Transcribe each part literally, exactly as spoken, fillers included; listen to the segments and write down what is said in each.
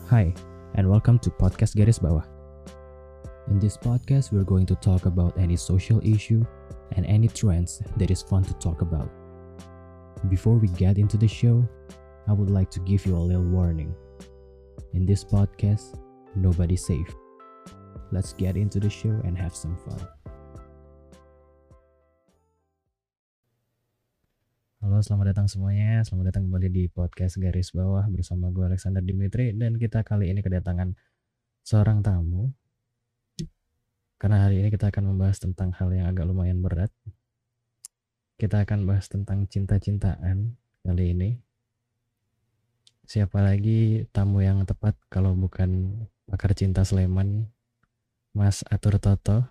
Hi, and welcome to Podcast Garis Bawah. In this podcast, we're going to talk about any social issue and any trends that is fun to talk about. Before we get into the show, I would like to give you a little warning. In this podcast, nobody's safe. Let's get into the show and have some fun. Halo, selamat datang semuanya. Selamat datang kembali di Podcast Garis Bawah bersama gue Alexander Dimitri. Dan kita kali ini kedatangan seorang tamu. Karena hari ini kita akan membahas tentang hal yang agak lumayan berat. Kita akan bahas tentang cinta-cintaan kali ini. Siapa lagi tamu yang tepat kalau bukan pakar cinta Sleman, Mas Atur Toto.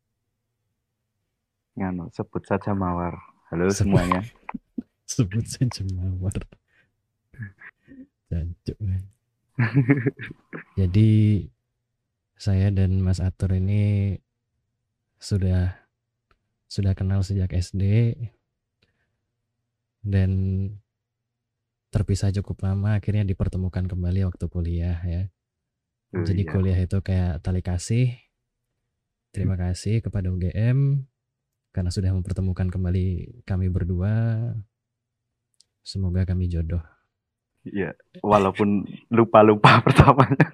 Ngano, sebut saja Mawar. Halo Sebut- semuanya. Sebut saja Mawar. Jancuk. Jadi saya dan Mas Atur ini sudah sudah kenal sejak S D dan terpisah cukup lama, akhirnya dipertemukan kembali waktu kuliah ya. Oh, Jadi iya. kuliah itu kayak tali kasih. Terima kasih kepada U G M karena sudah mempertemukan kembali kami berdua. Semoga kami jodoh. Iya, walaupun lupa-lupa pertamanya.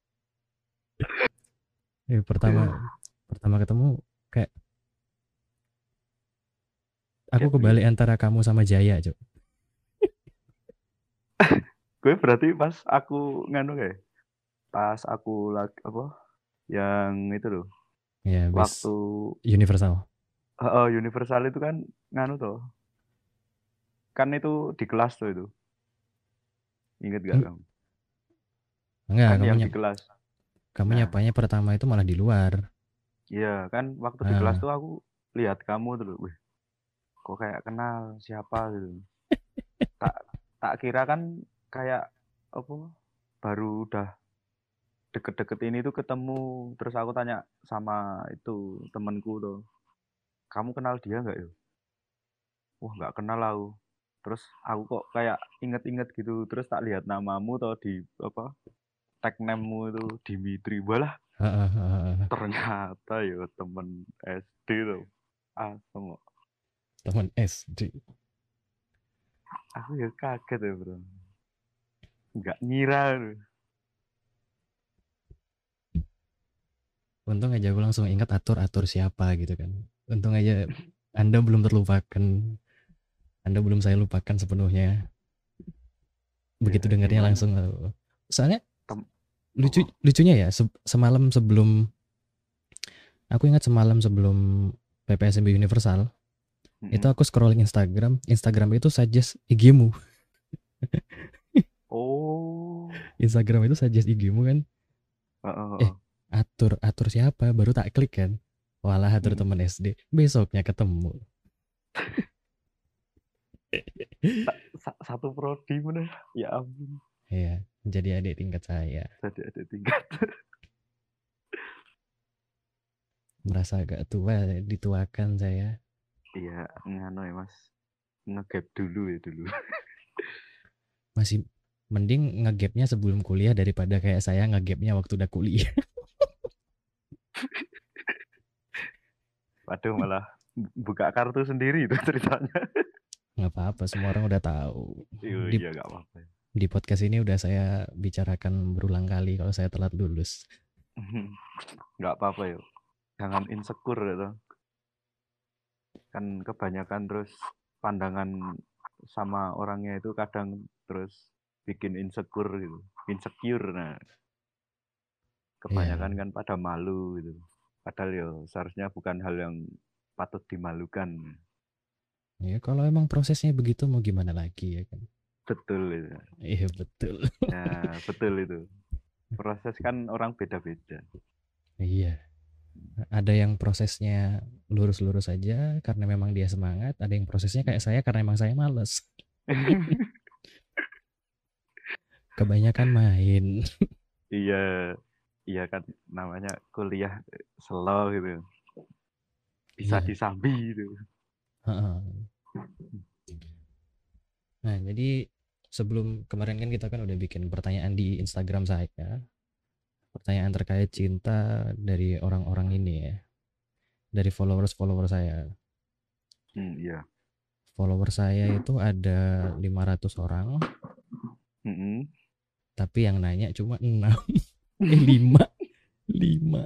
Eh, pertama pertama ketemu kayak aku Ya, kebalik antara kamu sama Jaya, Cuk. Gue berarti pas aku nganu kayak pas aku lagi apa? Yang itu loh. Ya, bis Waktu universal. oh, universal itu kan nganu tuh. Kan itu di kelas tuh itu. Ingat gak Hmm. kamu? Enggak, Kan kamu yang nyap, di kelas. kamu Nah. nyapanya pertama itu malah di luar. Iya, kan waktu di Ah. kelas tuh aku lihat kamu tuh. Wih, kok kayak kenal siapa gitu. tak tak kira kan kayak apa? Baru udah deket-deket ini tuh ketemu, terus aku tanya sama itu temenku tuh, kamu kenal dia nggak ya? Wah, nggak kenal aku. Terus aku kok kayak inget-inget gitu, terus tak lihat namamu tuh di apa tag name-mu itu Dimitri. Walah, Heeh, heeh, heeh. ternyata ya temen S D tuh. Ah, semua. Teman S D. Aku ya kaget ya bro, nggak ngira. Untung aja aku langsung ingat atur-atur siapa gitu kan. Untung aja Anda belum terlupakan. Anda belum saya lupakan sepenuhnya. Begitu Ya, dengarnya gimana? langsung tahu. Soalnya Tem- lucu apa? lucunya ya se- semalam sebelum aku ingat semalam sebelum P P S M B Universal Mm-mm. itu aku scrolling Instagram, Instagram itu suggest I G-mu. Oh, Instagram itu suggest I G-mu kan. heeh, Eh, heeh. atur atur siapa? Baru tak klik kan. Walah atur Mm. teman S D. Besoknya ketemu. Sa- sa- satu prodi mana? Ya ampun, Iya, jadi adik tingkat saya. tadi ada tingkat. Merasa agak tua, dituakan saya. Iya, ngano ya mas, ngegap dulu ya dulu. Masih mending ngegapnya sebelum kuliah daripada kayak saya ngegapnya waktu udah kuliah. Waduh, malah bu- buka kartu sendiri itu ceritanya. Nggak apa-apa, semua orang udah tahu. Iya, Di, iya nggak apa-apa. di podcast ini udah saya bicarakan berulang kali kalau saya telat lulus. Nggak apa-apa yuk, jangan insecure gitu. Kan kebanyakan terus pandangan sama orangnya itu kadang terus bikin insecure gitu, insecure. Nah, kebanyakan Iya, kan pada malu gitu. Padahal ya seharusnya bukan hal yang patut dimalukan. ya kalau emang prosesnya begitu mau gimana lagi ya kan? Betul itu. Iya betul. Ya, betul itu. Proses kan orang beda-beda. Iya. Ada yang prosesnya lurus-lurus aja karena memang dia semangat, ada yang prosesnya kayak saya karena emang saya males. Kebanyakan main. Iya, iya kan namanya kuliah slow gitu. Bisa Iya. disambi gitu. Heeh. Nah, jadi sebelum kemarin kan kita kan udah bikin pertanyaan di Instagram saya, pertanyaan terkait cinta dari orang-orang ini ya, dari followers-followers saya. Hmm, iya. Follower saya itu ada lima ratus orang, Mm-mm. tapi yang nanya cuma enam. Eh lima, lima.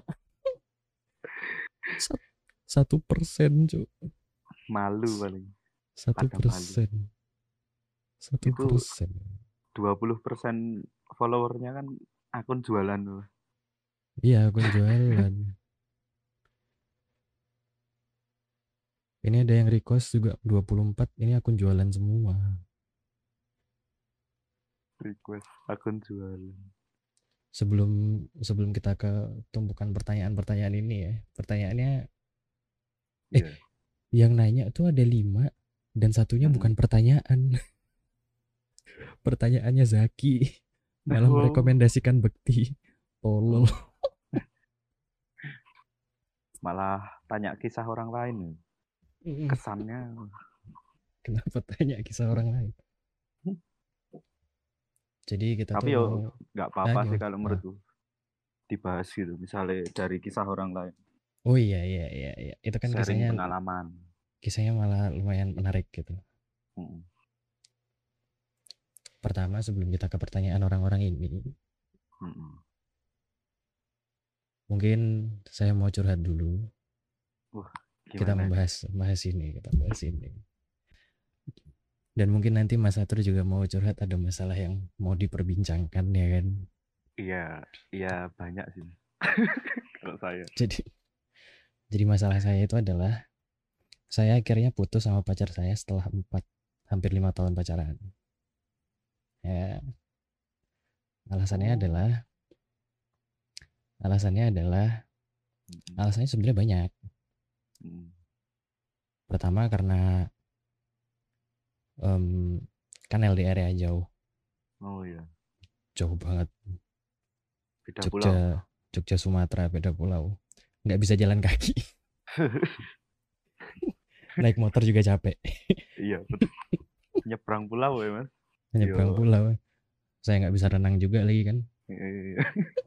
Satu persen cu. Malu paling. Satu Pada malu. persen. Satu Itu persen. dua puluh persen followernya kan akun jualan tuh. Iya akun jualan. Ini ada yang request juga dua puluh empat. Ini akun jualan semua. Request akun jualan. Sebelum sebelum kita ke tumpukan pertanyaan-pertanyaan ini ya, pertanyaannya eh Yeah. yang nanya tuh ada lima dan satunya Mm-mm. bukan pertanyaan. Pertanyaannya Zaki, malah Oh. merekomendasikan Bekti. Tolol. Malah tanya kisah orang lain. Kesannya. Kenapa tanya kisah orang lain? Jadi kita Tapi tuh yo mau nggak apa-apa Ah, sih gimana? kalau menurutku dibahas gitu. Misalnya dari kisah orang lain. Oh iya iya iya iya. Itu kan Sharing kisahnya pengalaman. kisahnya malah lumayan menarik gitu. Mm-mm. Pertama sebelum kita ke pertanyaan orang-orang ini, Mm-mm. mungkin saya mau curhat dulu. Wah, Kita gimana? membahas bahas ini, kita bahas ini. Dan mungkin nanti Mas Atur juga mau curhat, ada masalah yang mau diperbincangkan ya kan. Iya, iya banyak sih. Kalau saya. Jadi jadi masalah saya itu adalah saya akhirnya putus sama pacar saya setelah empat hampir lima tahun pacaran. Ya. Alasannya Oh. adalah alasannya adalah Mm-mm. alasannya sebenarnya banyak. Mm. Pertama karena um, kan L D R ya jauh, Oh iya. jauh banget. Beda Jogja, pulau. Jogja Sumatera beda pulau. Nggak bisa jalan kaki. Naik motor juga capek. Iya, betul. Nyebrang pulau ya, Mas. Nyebrang Yo. pulau. Saya nggak bisa renang juga lagi kan. Iya.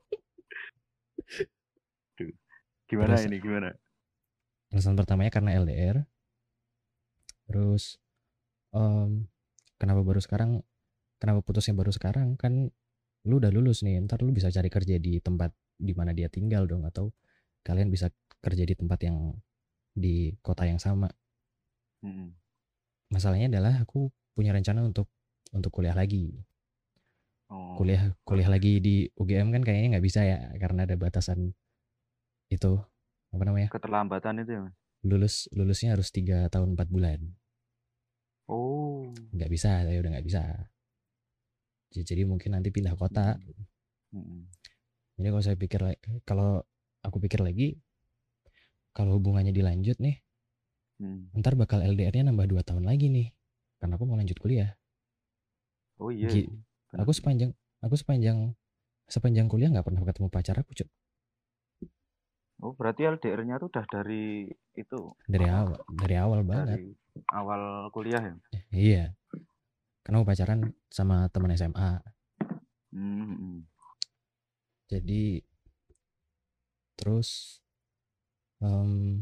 Duh. Gimana Terus ini gimana? alasan pertamanya karena L D R. Terus um, kenapa baru sekarang? Kenapa putusnya baru sekarang? Kan lu udah lulus nih, ntar lu bisa cari kerja di tempat di mana dia tinggal dong, atau kalian bisa kerja di tempat yang di kota yang sama. Mm-mm. Masalahnya adalah aku punya rencana untuk untuk kuliah lagi. Oh. Kuliah kuliah lagi di U G M kan kayaknya nggak bisa ya karena ada batasan itu apa namanya? Keterlambatan itu ya, Mas? Lulus lulusnya harus tiga tahun empat bulan. Oh. Nggak bisa, saya udah nggak bisa. Jadi mungkin nanti pindah kota. Mm-mm. Jadi kalau saya pikir kalau aku pikir lagi, kalau hubungannya dilanjut nih, Mm. ntar bakal L D R-nya nambah dua tahun lagi nih, karena aku mau lanjut kuliah. Oh iya. Gi- aku sepanjang aku sepanjang sepanjang kuliah nggak pernah ketemu pacar aku, Cuk. Oh berarti L D R-nya tuh udah dari itu. Dari awal, dari awal banget. Dari awal kuliah ya? Eh, iya. Karena aku pacaran sama teman S M A. Mm-hmm. Jadi terus um,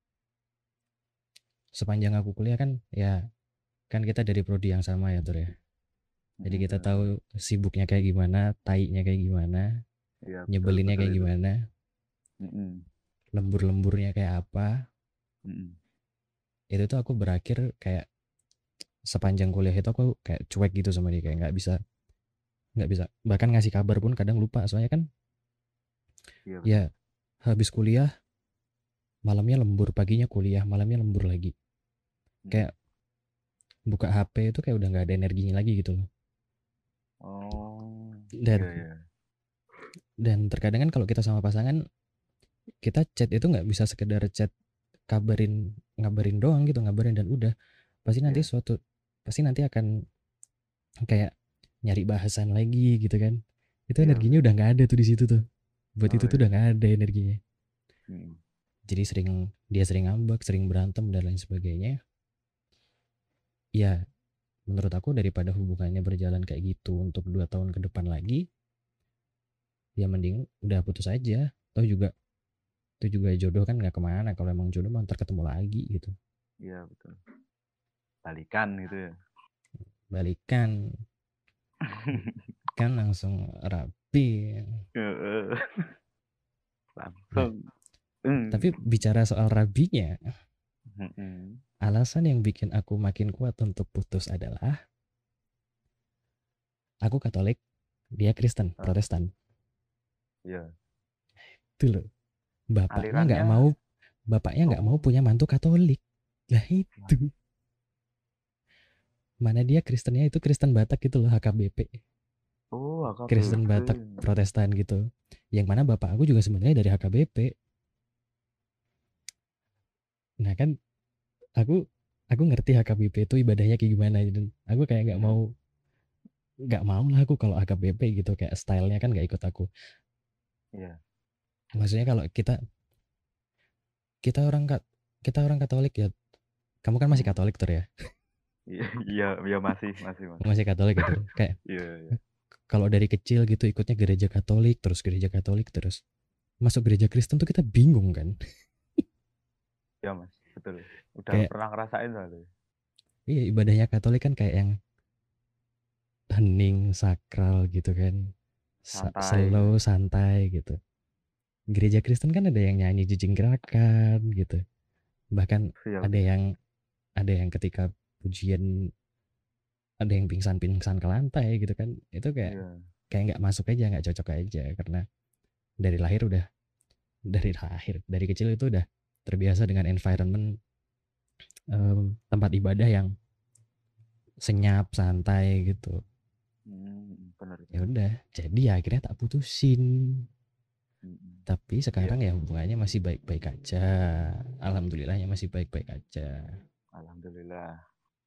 sepanjang aku kuliah kan ya kan kita dari prodi yang sama ya Tur ya. Jadi kita Mm-hmm. tahu sibuknya kayak gimana, tainya kayak gimana, ya, nyebelinnya betul, kayak betul gimana, mm-hmm. lembur-lemburnya kayak apa. Mm-hmm. Itu tuh aku berakhir kayak sepanjang kuliah itu aku kayak cuek gitu sama dia, kayak nggak bisa nggak bisa bahkan ngasih kabar pun kadang lupa, soalnya kan ya, ya habis kuliah malamnya lembur, paginya kuliah, malamnya lembur lagi. Kayak buka H P itu kayak udah nggak ada energinya lagi gitu loh. Oh. Dan iya, iya. dan terkadang kan kalau kita sama pasangan, kita chat itu nggak bisa sekedar chat kabarin ngabarin doang gitu, ngabarin dan udah. Pasti nanti Iya. suatu pasti nanti akan kayak nyari bahasan lagi gitu kan. Itu Iya, energinya udah nggak ada tuh di situ tuh. Buat Oh, itu tuh iya. udah nggak ada energinya. Mm. Jadi sering dia sering ngambek, sering berantem dan lain sebagainya. Ya menurut aku daripada hubungannya berjalan kayak gitu untuk dua tahun ke depan lagi, ya mending udah putus aja. Toh juga itu juga jodoh kan nggak kemana, kalau emang jodoh mah ntar ketemu lagi gitu. Iya betul. Balikan gitu ya. Balikan kan langsung rapi. Heeh. Nah, Langsung. Hmm. tapi bicara soal rabinya, Mm-mm. alasan yang bikin aku makin kuat untuk putus adalah aku Katolik, dia Kristen, Ah, Protestan. iya. Itu loh. Bapaknya nggak Alirannya. mau, bapaknya nggak mau Oh. punya mantu Katolik. Lah Wah. itu. Mana dia Kristennya itu Kristen Batak gitu loh, H K B P. Oh, Kristen H K B P. Batak Protestan gitu. Yang mana bapak aku juga sebenarnya dari H K B P. Nah kan aku aku ngerti H K B P itu ibadahnya kayak gimana, dan aku kayak nggak Hmm. mau nggak mau lah aku kalau H K B P gitu, kayak stylenya kan nggak ikut aku. Iya. Maksudnya kalau kita kita orang kita orang Katolik ya, kamu kan masih Hmm. Katolik tuh ya, Iya, iya, iya masih, masih, mas. masih Katolik gitu. Kayak Iya, iya. kalau dari kecil gitu ikutnya gereja Katolik terus gereja Katolik terus masuk gereja Kristen tuh kita bingung kan. Iya, mas. Betul. Udah Kayak pernah ngerasain soalnya. iya ibadahnya Katolik kan kayak yang hening sakral gitu kan. Sa- Santai. slow santai gitu. Gereja Kristen kan ada yang nyanyi jejing gerakan gitu, bahkan Iya, ada yang ada yang ketika pujian ada yang pingsan-pingsan ke lantai gitu kan. Itu kayak iya. kayak nggak masuk aja, nggak cocok aja, karena dari lahir udah dari lahir dari kecil itu udah terbiasa dengan environment em, tempat ibadah yang senyap santai gitu. Hmm, benar, Ya benar. udah, jadi ya akhirnya tak putusin. Hmm. Tapi Iya, sekarang ya hubungannya masih baik-baik aja, alhamdulillahnya masih baik-baik aja. alhamdulillah.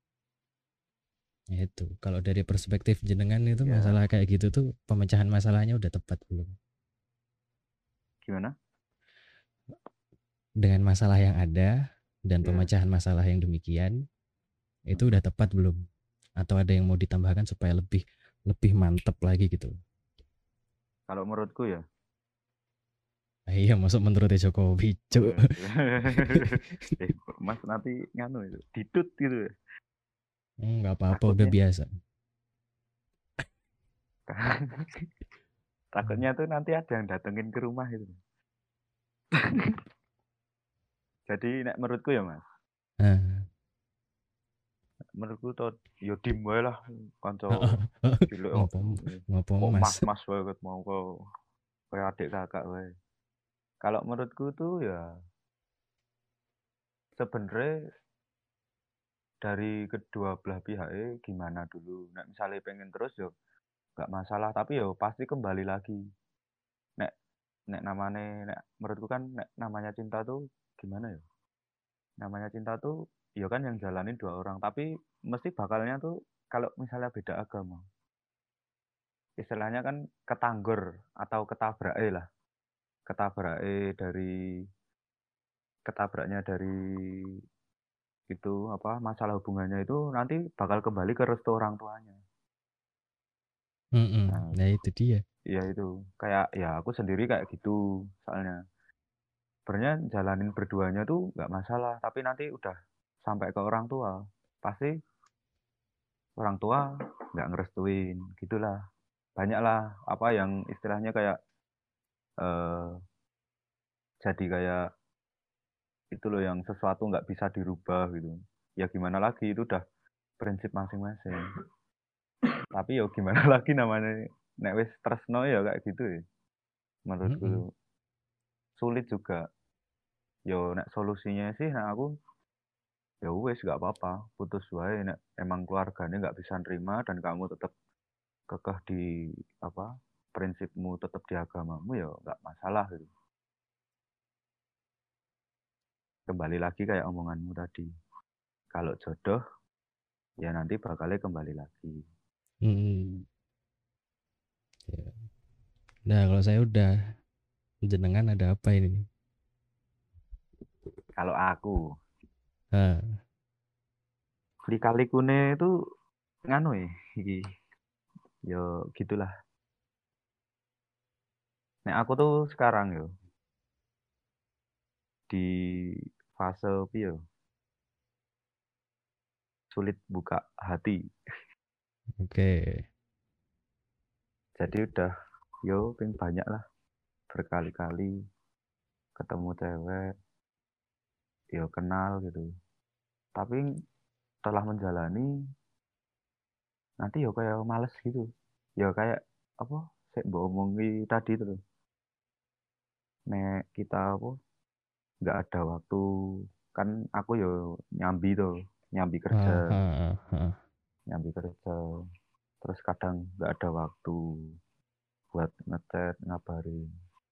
Ya itu kalau dari perspektif jenengan itu Ya, masalah kayak gitu tuh pemecahan masalahnya udah tepat belum? gimana? Dengan masalah yang ada dan Ya. pemecahan masalah yang demikian, itu Mm-mm. udah tepat belum? Atau ada yang mau ditambahkan supaya lebih lebih mantep lagi gitu? Kalau menurutku ya. Ah, iya, masuk menurutnya Jokowi, cuk. Eh, eh, mas nanti nganu itu, ditut gitu ya. Nggak apa-apa, udah Takutnya, biasa. takutnya tuh nanti ada yang datengin ke rumah itu. Jadi nek menurutku ya mas, Nah, menurutku tuh yo dim wae lah, kanca cilik kok. ngopo ngopo Kok mas? mas-mas banget mau kok kayak adik kakak wae. Kalau menurutku tuh ya sebenarnya dari kedua belah pihak gimana dulu. Nek misalnya pengen terus yo nggak masalah, tapi yo pasti kembali lagi. Nek nek namanya nek menurutku kan nek namanya cinta tuh gimana ya? Namanya cinta tuh ya kan yang jalanin dua orang, tapi mesti bakalnya tuh kalau misalnya beda agama. Istilahnya kan ketanggor atau ketabrak lah. Ketabrak dari ketabraknya dari itu apa masalah hubungannya itu nanti bakal kembali ke restu orang tuanya. Mm-mm. Nah, Nah itu dia. ya itu kayak ya aku sendiri kayak gitu soalnya. Sebenarnya jalanin berduanya tuh nggak masalah, tapi nanti udah sampai ke orang tua, pasti orang tua nggak ngerestuin, gitulah. Banyak lah apa yang istilahnya kayak eh, jadi kayak itu loh yang sesuatu nggak bisa dirubah gitu. Ya gimana lagi itu udah prinsip masing-masing. Tapi ya gimana lagi namanya nek wis tresno ya kayak gitu ya. Menurutku Mm-mm. sulit juga. Yo nek solusinya sih nah aku ya wes nggak apa-apa putus wae nek emang keluarganya nggak bisa nerima dan kamu tetap kekeh di apa prinsipmu tetap di agamamu ya nggak masalah gitu. Kembali lagi kayak omonganmu tadi, kalau jodoh ya nanti bakalnya kembali lagi. Mm-mm. Ya. Nah kalau saya udah, jenengan ada apa ini? Kalau aku Ah, Lika-likune itu nganu ya iki yo gitulah. Nek aku tuh sekarang yo di fase piye yo, sulit buka hati. Oke. Jadi udah yo ping banyak lah berkali-kali ketemu cewek, yo kenal gitu. Tapi setelah menjalani nanti yo kayak males gitu. Yo kayak apa sik mbok omongi tadi itu loh. Nek kita apa nggak ada waktu kan aku yo nyambi tuh, nyambi kerja, Ah, ah, ah, ah. nyambi kerja. Terus kadang nggak ada waktu buat ngechat, ngabarin.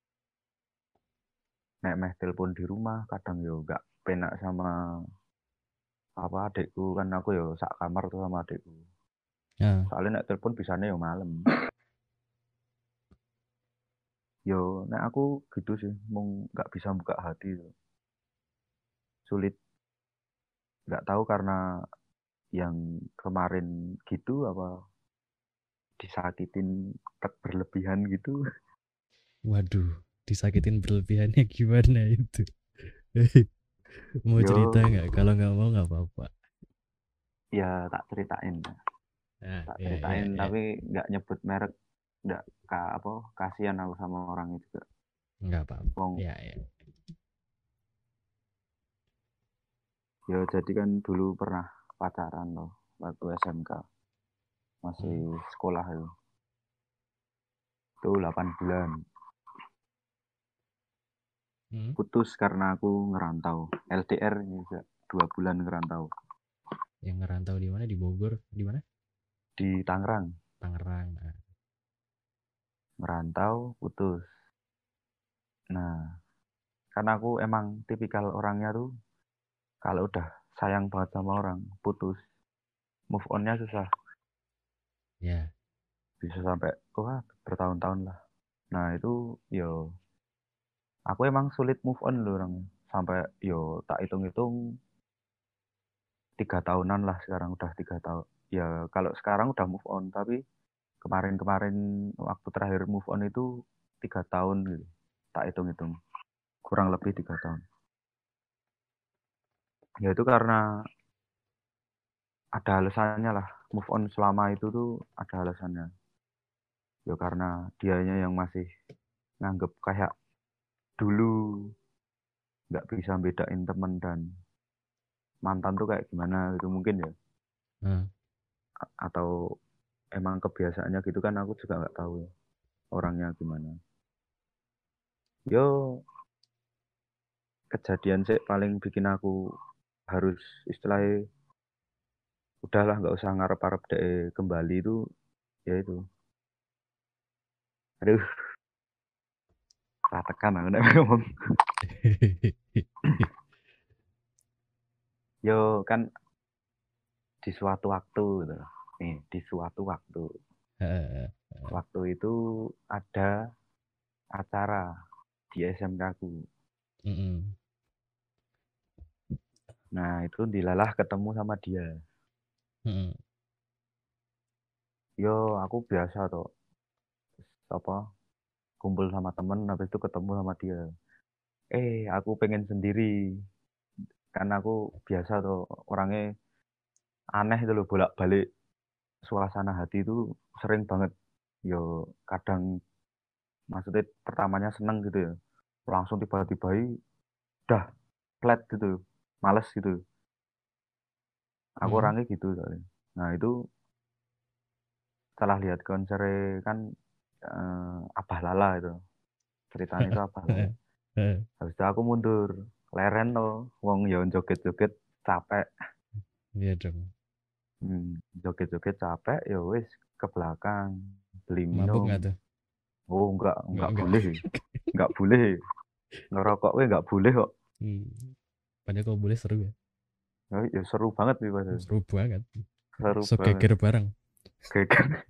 Nek meh telepon di rumah kadang yo nggak penak sama apa adikku kan aku yo sak kamar tuh sama adikku. Ah, Soalnya nek telepon bisanya yo malam. Yo nek aku gitu sih, mung nggak bisa buka hati tuh. Sulit, nggak tahu karena yang kemarin gitu apa disakitin tek berlebihan gitu. waduh, disakitin berlebihannya gimana itu? Mau cerita Yo nggak? Kalau nggak mau nggak apa-apa. ya tak ceritain, Ah, tak ya, ya, ceritain ya. tapi nggak nyebut merek, nggak ka apa kasihan aku sama orang itu juga. Nggak apa-apa. Wong Ya, ya. ya jadi kan dulu pernah pacaran loh waktu S M K, masih Hmm. sekolah itu. Itu delapan bulan. Hmm. Putus karena aku ngerantau. L D R juga dua bulan ngerantau Yang ngerantau di mana? Di Bogor? Di mana? di Tangerang. Tangerang. Nah. Ngerantau, putus. Nah, karena aku emang tipikal orangnya tuh kalau udah sayang banget sama orang, putus, move on-nya susah. Ya. Bisa sampai wah bertahun-tahun lah. Nah, itu yo aku emang sulit move on loh orang. Sampai yo tak hitung-hitung tiga tahunan lah sekarang udah tiga tahun. Ya kalau sekarang udah move on, tapi kemarin-kemarin waktu terakhir move on itu tiga tahun gitu. Tak hitung-hitung kurang lebih tiga tahun. Ya itu karena ada alasannya lah. Move on selama itu tuh ada alasannya. Ya karena dianya yang masih nganggep kayak dulu nggak bisa bedain temen dan mantan tuh kayak gimana gitu mungkin ya. Ah. A- atau emang kebiasaannya gitu kan aku juga nggak tahu ya, orangnya gimana. Yo kejadian sih paling bikin aku harus istilahnya udahlah nggak usah ngarep-ngarep deh kembali itu ya itu. Aduh, tekan aku nek ngomong. Yo kan di suatu waktu gitu. Nih, di suatu waktu. Ah, Waktu itu ada acara di S M K ku. mm-mm. Nah, itu dilalah ketemu sama dia. Mm-mm. Yo, aku biasa tuh, apa, kumpul sama temen, habis itu ketemu sama dia. Eh, aku pengen sendiri. Karena aku biasa tuh, orangnya aneh itu loh, bolak-balik suasana hati itu sering banget. Yo, kadang maksudnya pertamanya seneng gitu ya. Langsung tiba-tiba udah flat gitu, males gitu. Aku Mm. orangnya gitu soalnya. Nah, itu setelah lihat konser kan eh, Abah Lala itu. Ceritanya itu Abah Lala. Habis itu aku mundur. Leren tuh. Wong ya joget-joget capek. Iya dong. Hmm, joget-joget capek ya wis ke belakang beli Mabuk minum. nggak tuh? Oh enggak, Nggak, enggak nggak. boleh. Enggak boleh. Ngerokok we enggak boleh kok. Hmm. Padahal kalau boleh seru ya. Ya, ya seru banget nih Mas. Seru banget. Seru So banget. geger bareng. Geger.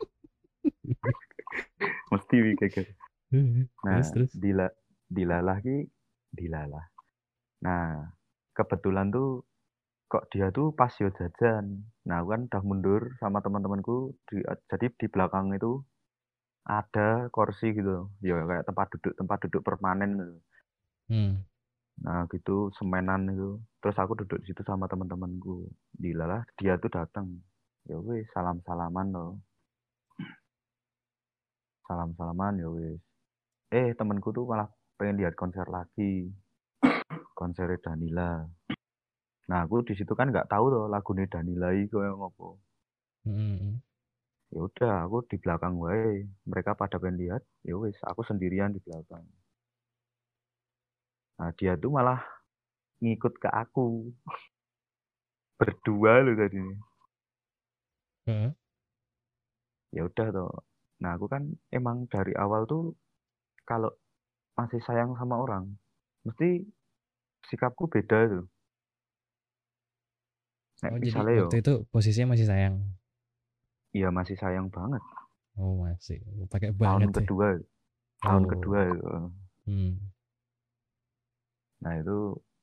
Mesti wi geger. Nah, Terus terus. dila dilalah ki dilalah. Nah, kebetulan tuh kok dia tuh pas yo jajan. Nah, aku kan udah mundur sama teman-temanku di, jadi di belakang itu ada kursi gitu. Ya kayak tempat duduk tempat duduk permanen gitu. Hmm. Nah, gitu semenan itu. Terus aku duduk di situ sama teman-temanku. Dilalah dia tuh datang. Ya wis salam-salaman loh. Salam-salaman ya wis. Eh, temanku tuh malah pengen lihat konser lagi. Konser Danila. Nah, aku di situ kan nggak tahu tuh lagu Danila itu yang ngopo. Hmm. Ya udah, aku di belakang wae. Mereka pada pengen lihat, ya wis, aku sendirian di belakang. Nah, dia tuh malah ngikut ke aku. Berdua loh tadi. Hmm. Ya udah tuh. Nah, aku kan emang dari awal tuh kalau masih sayang sama orang, mesti sikapku beda tuh. Nek Oh, jadi misalnya yo, waktu itu posisinya masih sayang. iya masih sayang banget. Oh, masih. Oh, pakai Tahun banget sih. kedua, tahun kedua Oh. itu. Hmm. Nah itu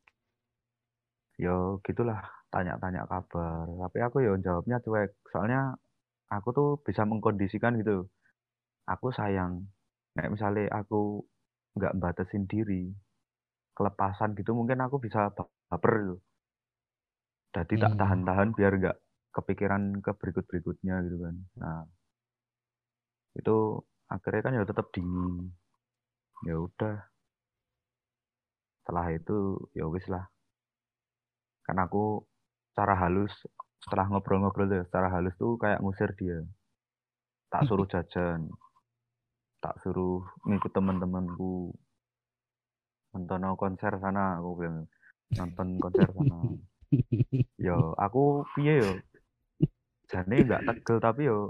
yo gitulah tanya-tanya kabar. Tapi aku yo jawabnya cuek. Soalnya aku tuh bisa mengkondisikan gitu. Aku sayang. Nek misalnya aku nggak batasin diri, kelepasan gitu mungkin aku bisa baper gitu. Jadi tak Hmm. tahan-tahan biar nggak kepikiran ke berikut-berikutnya gitu kan. Nah itu akhirnya kan ya tetap dingin. Ya udah, setelah itu ya wis lah. Kan aku secara halus setelah ngobrol-ngobrol tuh, secara halus tuh kayak ngusir dia. Tak suruh jajan, tak suruh ngikut teman-temanku nonton konser sana, aku bilang nonton konser sana. Yo aku piye yo, jane nggak tegel tapi yo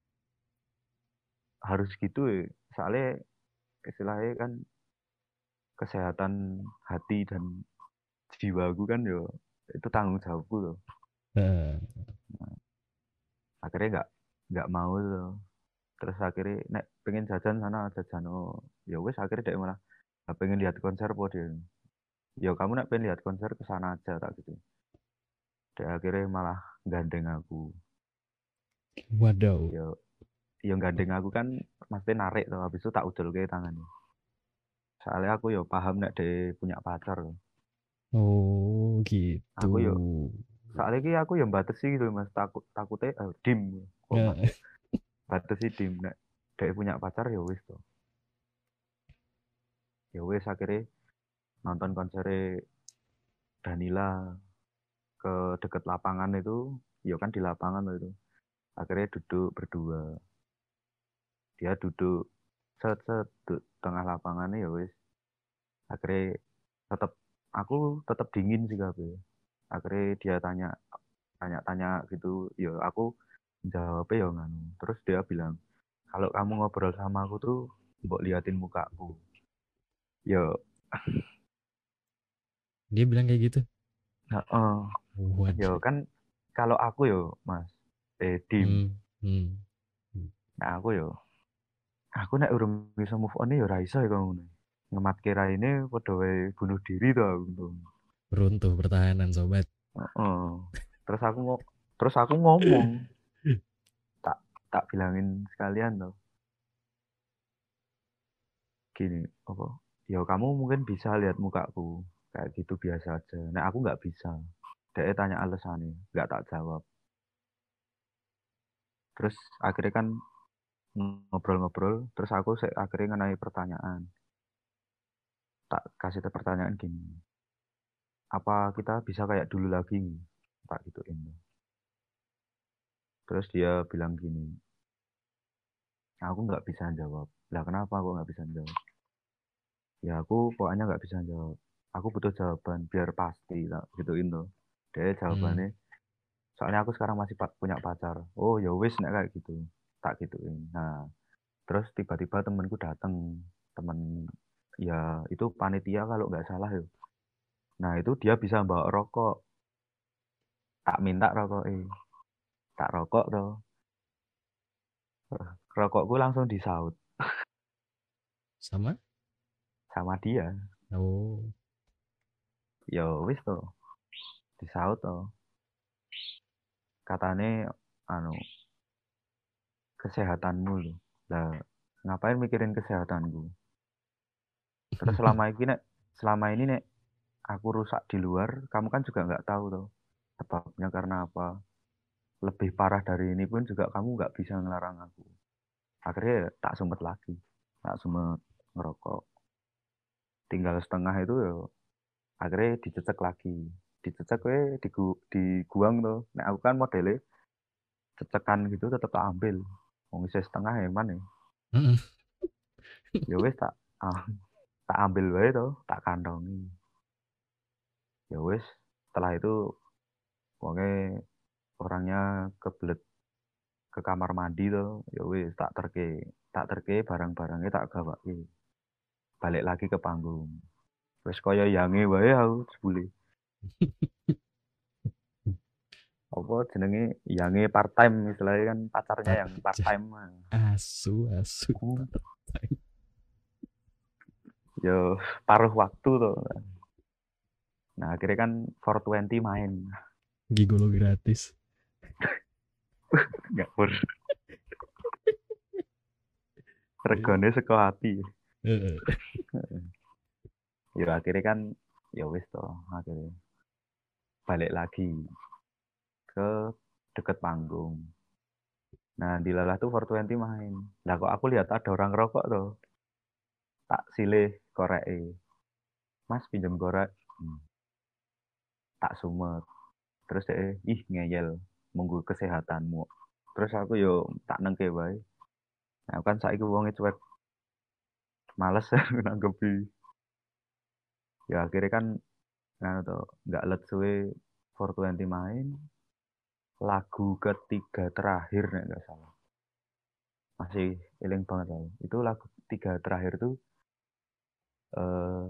harus gitu ya. Soalnya istilahnya kan kesehatan hati dan jiwaku kan yo itu tanggung jawabku loh. Eh, Nah, akhirnya nggak nggak mau tuh. Terus akhirnya nek pengen jajan sana jajan oh ya wes akhirnya dia malah "Ah, pengen lihat konser po dia. Ya kamu nek pengen lihat konser ke sana aja tak gitu. Dia akhirnya malah gandeng aku. Waduh. Ya yang gandeng aku kan mesti narik tuh habis itu tak udel ke tangannya. Soalnya aku ya paham nek dia punya pacar. Oh, gitu. Aku yo soalnya ki aku yang batesi gitu mas takut takutnya eh, dim kok mas Eh, batesi dim nek dia punya pacar ya wis tuh ya wis akhirnya nonton konser Danila ke deket lapangan itu ya kan di lapangan tuh itu akhirnya duduk berdua dia duduk set set duduk tengah lapangannya ya wis akhirnya tetap aku tetap dingin sih kabeh akhirnya dia tanya tanya tanya gitu ya aku jawabnya ya nganu terus dia bilang kalau kamu ngobrol sama aku tuh mbok liatin mukaku yo dia bilang kayak gitu. heeh yo Waduh. kan kalau aku yo mas eh dim Hmm. Hmm. Hmm. nah aku yo aku nek urung bisa move on ya ora iso ya kamu ngematke raine padha wae bunuh diri to aku tuh. Runtuh pertahanan, sobat. Heeh. Terus aku ngo terus aku ngomong tak tak bilangin sekalian tuh gini apa ya kamu mungkin bisa lihat mukaku kayak gitu biasa aja nah aku nggak bisa dia tanya alasannya nggak tak jawab terus akhirnya kan ngobrol-ngobrol terus aku se- akhirnya ngenai pertanyaan tak kasih te- pertanyaan gini apa kita bisa kayak dulu lagi tak gituin terus dia bilang gini aku nggak bisa jawab lah kenapa aku nggak bisa jawab ya aku pokoknya nggak bisa jawab aku butuh jawaban biar pasti tak gituin tuh dia Hmm. jawabannya soalnya aku sekarang masih pa- punya pacar oh ya wis nek kayak gitu tak gituin nah terus tiba-tiba temanku datang temen ya itu panitia kalau nggak salah ya nah itu dia bisa bawa rokok tak minta rokok eh tak rokok tuh rokokku langsung disaut Sama? sama dia Oh. ya wis tuh disaut tuh katane anu kesehatanmu lho. Lah ngapain mikirin kesehatanku? Terus selama ini nek selama ini nek aku rusak di luar, kamu kan juga nggak tahu tuh sebabnya karena apa. Lebih parah dari ini pun juga kamu nggak bisa ngelarang aku. Akhirnya tak sumet lagi, tak sumet ngerokok. Tinggal setengah itu ya akhirnya dicecek lagi. Dicecek we di diguang tuh. Nah aku kan modelnya cecekan gitu tetap tak ambil. Wong isih setengah eman ya. Heeh. Ya wes tak ah, tak ambil wae tuh, tak kantongi. Ya wes setelah itu wonge orangnya kebelet ke kamar mandi tuh. Ya wes tak terke, tak terke barang-barangnya tak gawake. Balik lagi ke panggung. Wes kaya yange wae aku jebule. Apa jenenge yange part time istilahnya kan pacarnya yang part time. Asu, asu. Oh. Yo paruh waktu tuh. Nah akhirnya kan four twenty main. Gigolo gratis. Enggak pur. Regane seko ati. Heeh. Ya akhirnya kan ya wis toh akhirnya balik lagi ke deket panggung. Nah di Lalah tuh four twenty main. Lah kok aku lihat ada orang rokok tuh. Tak silih koreke. Mas pinjam korek. Hmm. Tak sumet. Terus dia ih ngeyel monggo kesehatanmu. Terus aku yo tak nengke wae. Nah kan saiki wonge cuek. Males nanggepi. Ya akhirnya kan nah tuh nggak let suwe four twenty main. Lagu ketiga terakhir nek nggak salah. Masih eling banget aku. Itu lagu tiga terakhir tuh eh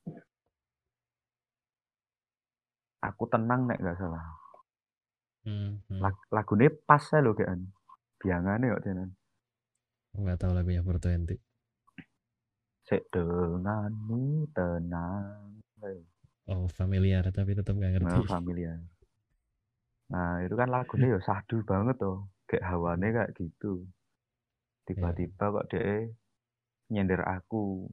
aku tenang nek nggak salah. Hmm, hmm. Lag, lagunya pas ya loh kan. Biangane kok tenan. Nggak tahu lagunya four twenty. Sek denganmu tenang. Oh, familiar tapi tetap nggak ngerti. Nah, familiar. Nah, itu kan lagunya ya sahdu banget tuh. Kayak hawane kayak gitu. Tiba-tiba kok dia nyender aku.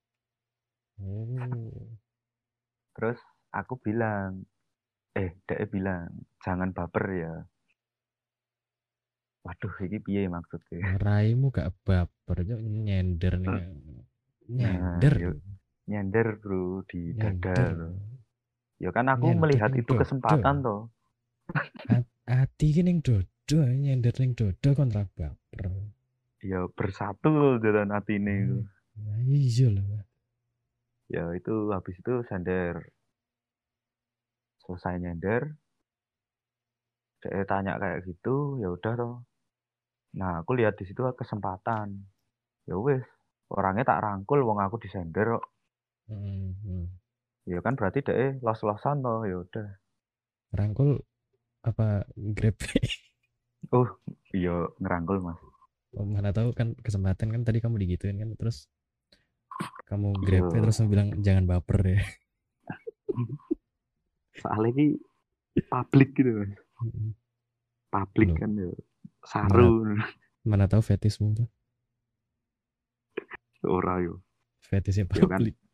Oh. Terus aku bilang, eh dia bilang, jangan baper ya. Waduh, ini piye maksudnya? Raimu gak baper, Cok. Nyender nih. Nyender. Nah, nyender bro di dada. Nyender. Bro. Ya kan aku Nyender melihat ning itu dodo. kesempatan toh. Ati ki ning dodo, nyender ning dodo kontrak baper. Ya bersatu jalan hati ini. Nah, iya loh. Ya itu habis itu sender. Selesai nyender. Saya tanya kayak gitu, ya udah toh. Nah, aku lihat di situ kesempatan. Ya wes, orangnya tak rangkul, wong aku disender kok. Hmm, hmm. Ya kan berarti deh los-losan toh, ya udah. Rangkul apa grab? Oh, iya ngerangkul Mas. Oh, mana tahu kan kesempatan kan tadi kamu digituin kan terus kamu Iya. grab terus kamu bilang jangan baper ya. Soalnya ini publik gitu Mas. Publik Loh, kan ya. Saru. Mana, mana tahu fetismu tuh. Ora yo. Fetisnya Yo kan. publik.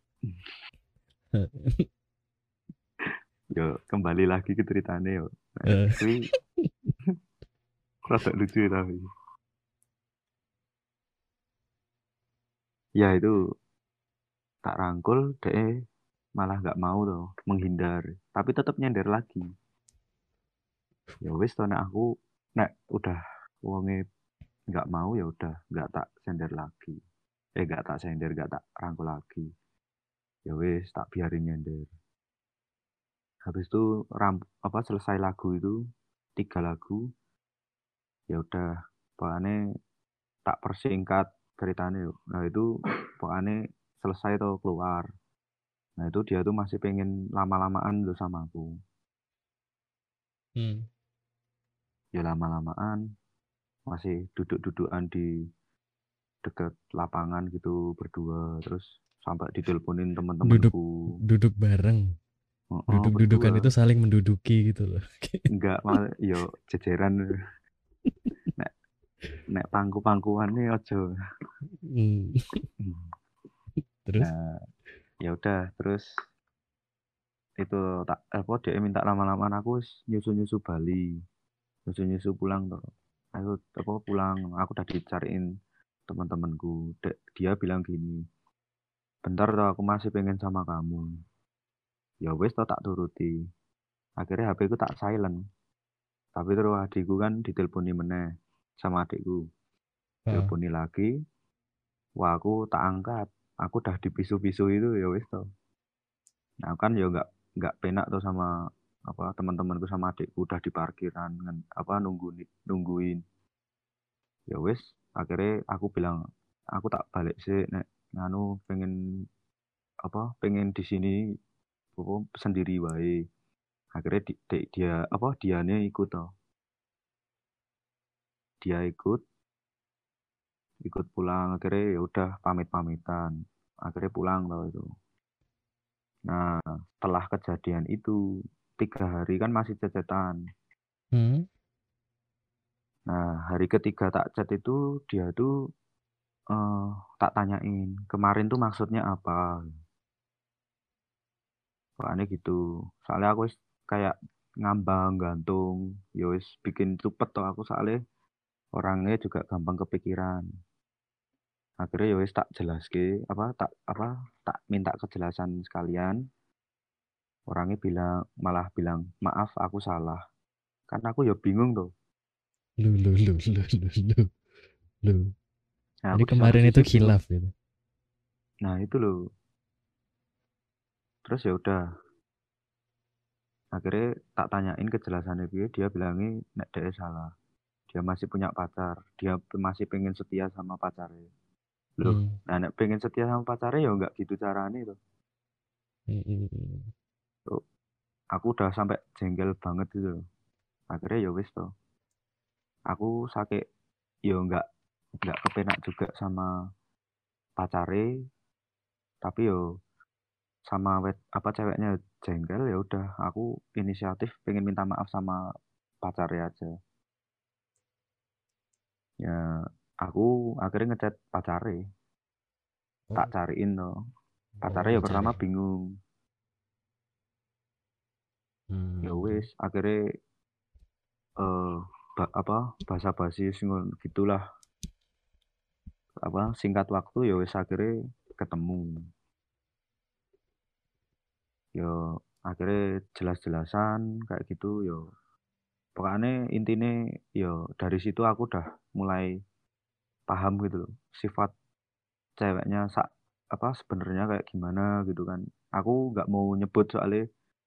Yo kembali lagi ke ceritanya yo. Uh. Kuwi rada lucu tapi. Ya itu tak rangkul deh malah nggak mau tuh menghindar tapi tetap nyender lagi. Ya wis toh nek aku nek udah wonge nggak mau ya udah nggak tak sender lagi. Eh nggak tak sender nggak tak rangkul lagi. Ya wis tak biarin nyender. Habis itu ram apa selesai lagu itu tiga lagu. Ya udah pokoknya tak persingkat ceritanya yuk. Nah itu pokoknya selesai tuh keluar. Nah itu dia tuh masih pengen lama-lamaan tuh sama aku. Hmm. Ya lama-lamaan masih duduk-dudukan di deket lapangan gitu berdua terus sampai diteleponin Duduk teman-temanku. duduk bareng. Heeh, Duduk-dudukan berdua. itu saling menduduki gitu loh. Enggak malah yo jejeran. Nek nek pangku-pangkuan nih ojo. Hmm. Terus? Nah, ya udah terus itu tak apa dia minta lama-lamaan aku wis nyusu-nyusu Bali. Nyusu-nyusu pulang tuh. Aku apa pulang, aku udah dicariin teman-temanku. Dek, dia bilang gini, bentar toh aku masih pengen sama kamu. Ya wis toh tak turuti. Akhirnya H P ku tak silent. Tapi terus adikku kan diteleponi meneh sama adikku. Heeh. Teleponi lagi, wah aku tak angkat. Aku udah dipisu-pisu itu ya wis toh. Nah kan ya nggak nggak penak tuh sama apa teman-temanku sama adikku udah di parkiran kan apa nunggu nungguin. Ya wis akhirnya aku bilang aku tak balik sih nek nganu pengen apa pengen di sini apa sendiri wae. Akhirnya di, di- dia apa dianya ikut toh. Dia ikut ikut pulang akhirnya ya udah pamit-pamitan. Akhirnya pulang tau itu. Nah, setelah kejadian itu tiga hari kan masih cecetan. Hmm. Nah, hari ketiga tak chat itu dia tuh eh, tak tanyain kemarin tuh maksudnya apa. Soalnya gitu. Soalnya aku wis kayak ngambang gantung, ya wis bikin cepet toh aku soalnya orangnya juga gampang kepikiran. Akhirnya ya wis tak jelaske apa tak apa tak minta kejelasan sekalian. Orangnya bilang malah bilang maaf aku salah. Kan aku ya bingung tuh. Lu lu lu lu lu lu lu. Nah, Jadi aku di satu kemarin itu sisi bingung. khilaf gitu. Nah, itu loh. Terus ya udah, akhirnya tak tanyain kejelasannya dia, dia bilangnya nek dia salah. Dia masih punya pacar, dia pe- masih pengen setia sama pacarnya. Loh, Hmm. nah nek pengen setia sama pacarnya ya nggak gitu caranya tuh. Hmm, hmm, hmm. Tuh, aku udah sampai jengkel banget gitu loh. Akhirnya ya wis tuh. Aku sakit ya nggak nggak kepenak juga sama pacarnya, tapi yo sama wet apa ceweknya jengkel ya udah aku inisiatif pengen minta maaf sama pacarnya aja. Ya aku akhirnya ngechat pacarnya, tak Oh, cariin tuh. oh Pacarnya ya pertama dicari. bingung. Ya Hmm. wis akhirnya eh ba- apa basa-basi sing gitulah apa singkat waktu ya wis akhirnya ketemu. Yo akhirnya jelas-jelasan kayak gitu yo. Pokoknya intinya yo dari situ aku udah mulai paham gitu loh sifat ceweknya sak apa sebenarnya kayak gimana gitu kan. Aku nggak mau nyebut soalnya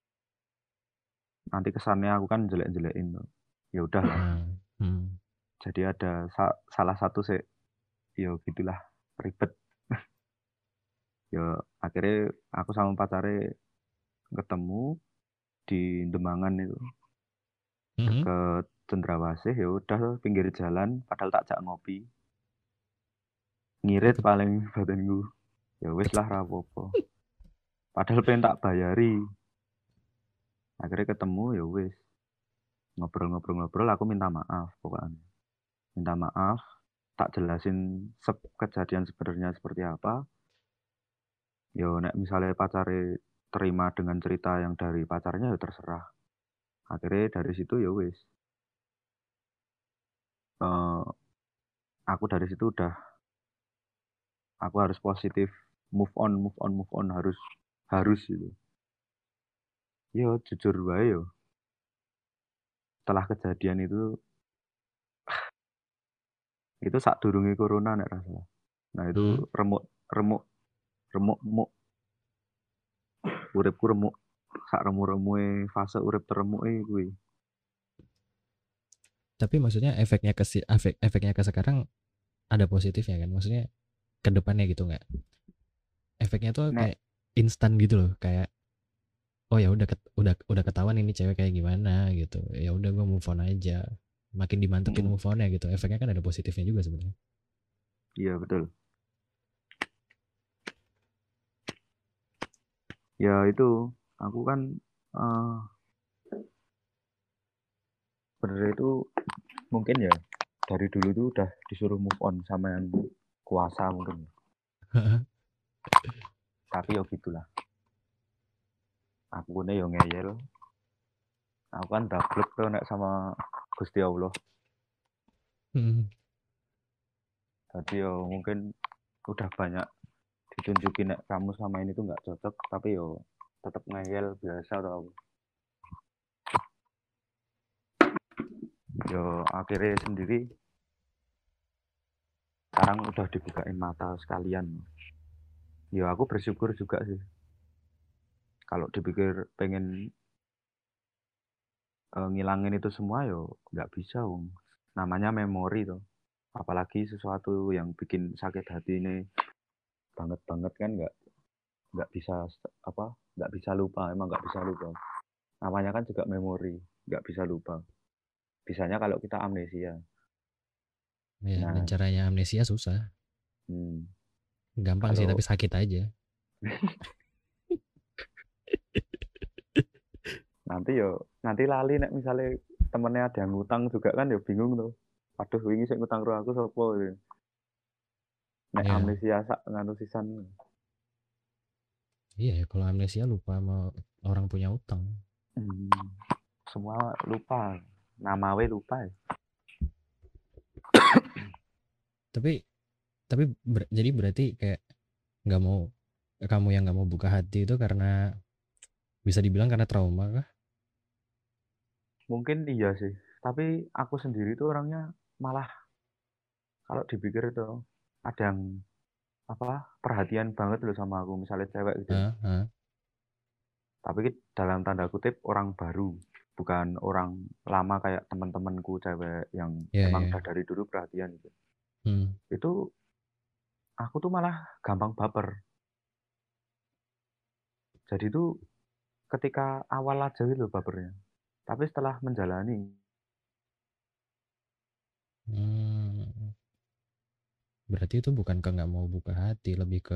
nanti kesannya aku kan jelek-jelekin tuh. Ya udahlah. Ah. Hmm. Jadi ada sa- salah satu sih, yo gitulah ribet. Yo akhirnya aku sama pacarnya ketemu di Demangan itu Hmm. deket Cendrawasih ya udah pinggir jalan padahal tak jak ngopi ngirit Ket- paling badanku ya wis ket- lah rapopo padahal pengen tak bayari akhirnya ketemu ya wis ngobrol-ngobrol-ngobrol aku minta maaf pokoknya minta maaf tak jelasin sep- kejadian sebenarnya seperti apa yo nek misalnya pacare terima dengan cerita yang dari pacarnya ya terserah akhirnya dari situ ya wis Eh, aku dari situ udah aku harus positif move on move on move on harus harus gitu yo jujur bae yo setelah kejadian itu itu saat durungi corona nek rasa nah itu Hmm. remuk remuk remuk remuk uripku remuk sak remuk-remuke fase urip teremuke kuwi Tapi maksudnya efeknya ke si- efek efeknya ke sekarang ada positifnya kan? Maksudnya ke depannya gitu nggak? Efeknya tuh nek kayak instan gitu loh, kayak oh ya udah ket- udah udah ketahuan ini cewek kayak gimana gitu. Ya udah gue move on aja. Makin dimantepin mm, move onnya gitu. Efeknya kan ada positifnya juga sebenarnya. iya betul ya itu aku kan uh, sebenarnya itu mungkin ya dari dulu tuh udah disuruh move on sama yang kuasa mungkin. Tapi ya gitulah. Aku nih yo ngeyel. Aku kan dablek tuh nek sama Gusti Allah. Hmm. Jadi yo mungkin udah banyak ditunjukin nek kamu sama ini tuh nggak cocok, tapi yo tetap ngeyel biasa tau. Yo akhirnya sendiri sekarang udah dibukain mata sekalian. Yo aku bersyukur juga sih. Kalau dipikir pengen uh, ngilangin itu semua yo nggak bisa, Wong. Namanya memori tuh. Apalagi sesuatu yang bikin sakit hati ini banget banget kan nggak nggak bisa apa nggak bisa lupa, emang nggak bisa lupa. Namanya kan juga memori, nggak bisa lupa. Bisanya kalau kita amnesia. Ya, dan Nah, caranya amnesia susah. hmm, Gampang sih kalau tapi sakit aja. nanti yo nanti lali nek misalnya temennya ada yang ngutang juga kan yo bingung tuh. Aduh, wingi sik ngutang karo aku sapa gitu. Nek Ya, amnesia sak nganu sisan. iya ya kalau amnesia lupa sama orang punya utang. Hmm, semua lupa. Nama we lupa ya. Tapi tapi ber, jadi berarti kayak nggak mau kamu yang nggak mau buka hati itu karena bisa dibilang karena trauma kah? Mungkin iya sih. Tapi aku sendiri tuh orangnya malah kalau dipikir itu ada yang apa perhatian banget loh sama aku misalnya cewek gitu. Hah? Hah? Tapi dalam tanda kutip orang baru, bukan orang lama kayak teman-temanku cewek yang Ya emang ya. udah dari dulu perhatian gitu. Hmm. Itu aku tuh malah gampang baper. Jadi tuh ketika awal aja gitu loh bapernya. Tapi setelah menjalani, Hmm. Berarti itu bukan ke nggak mau buka hati, lebih ke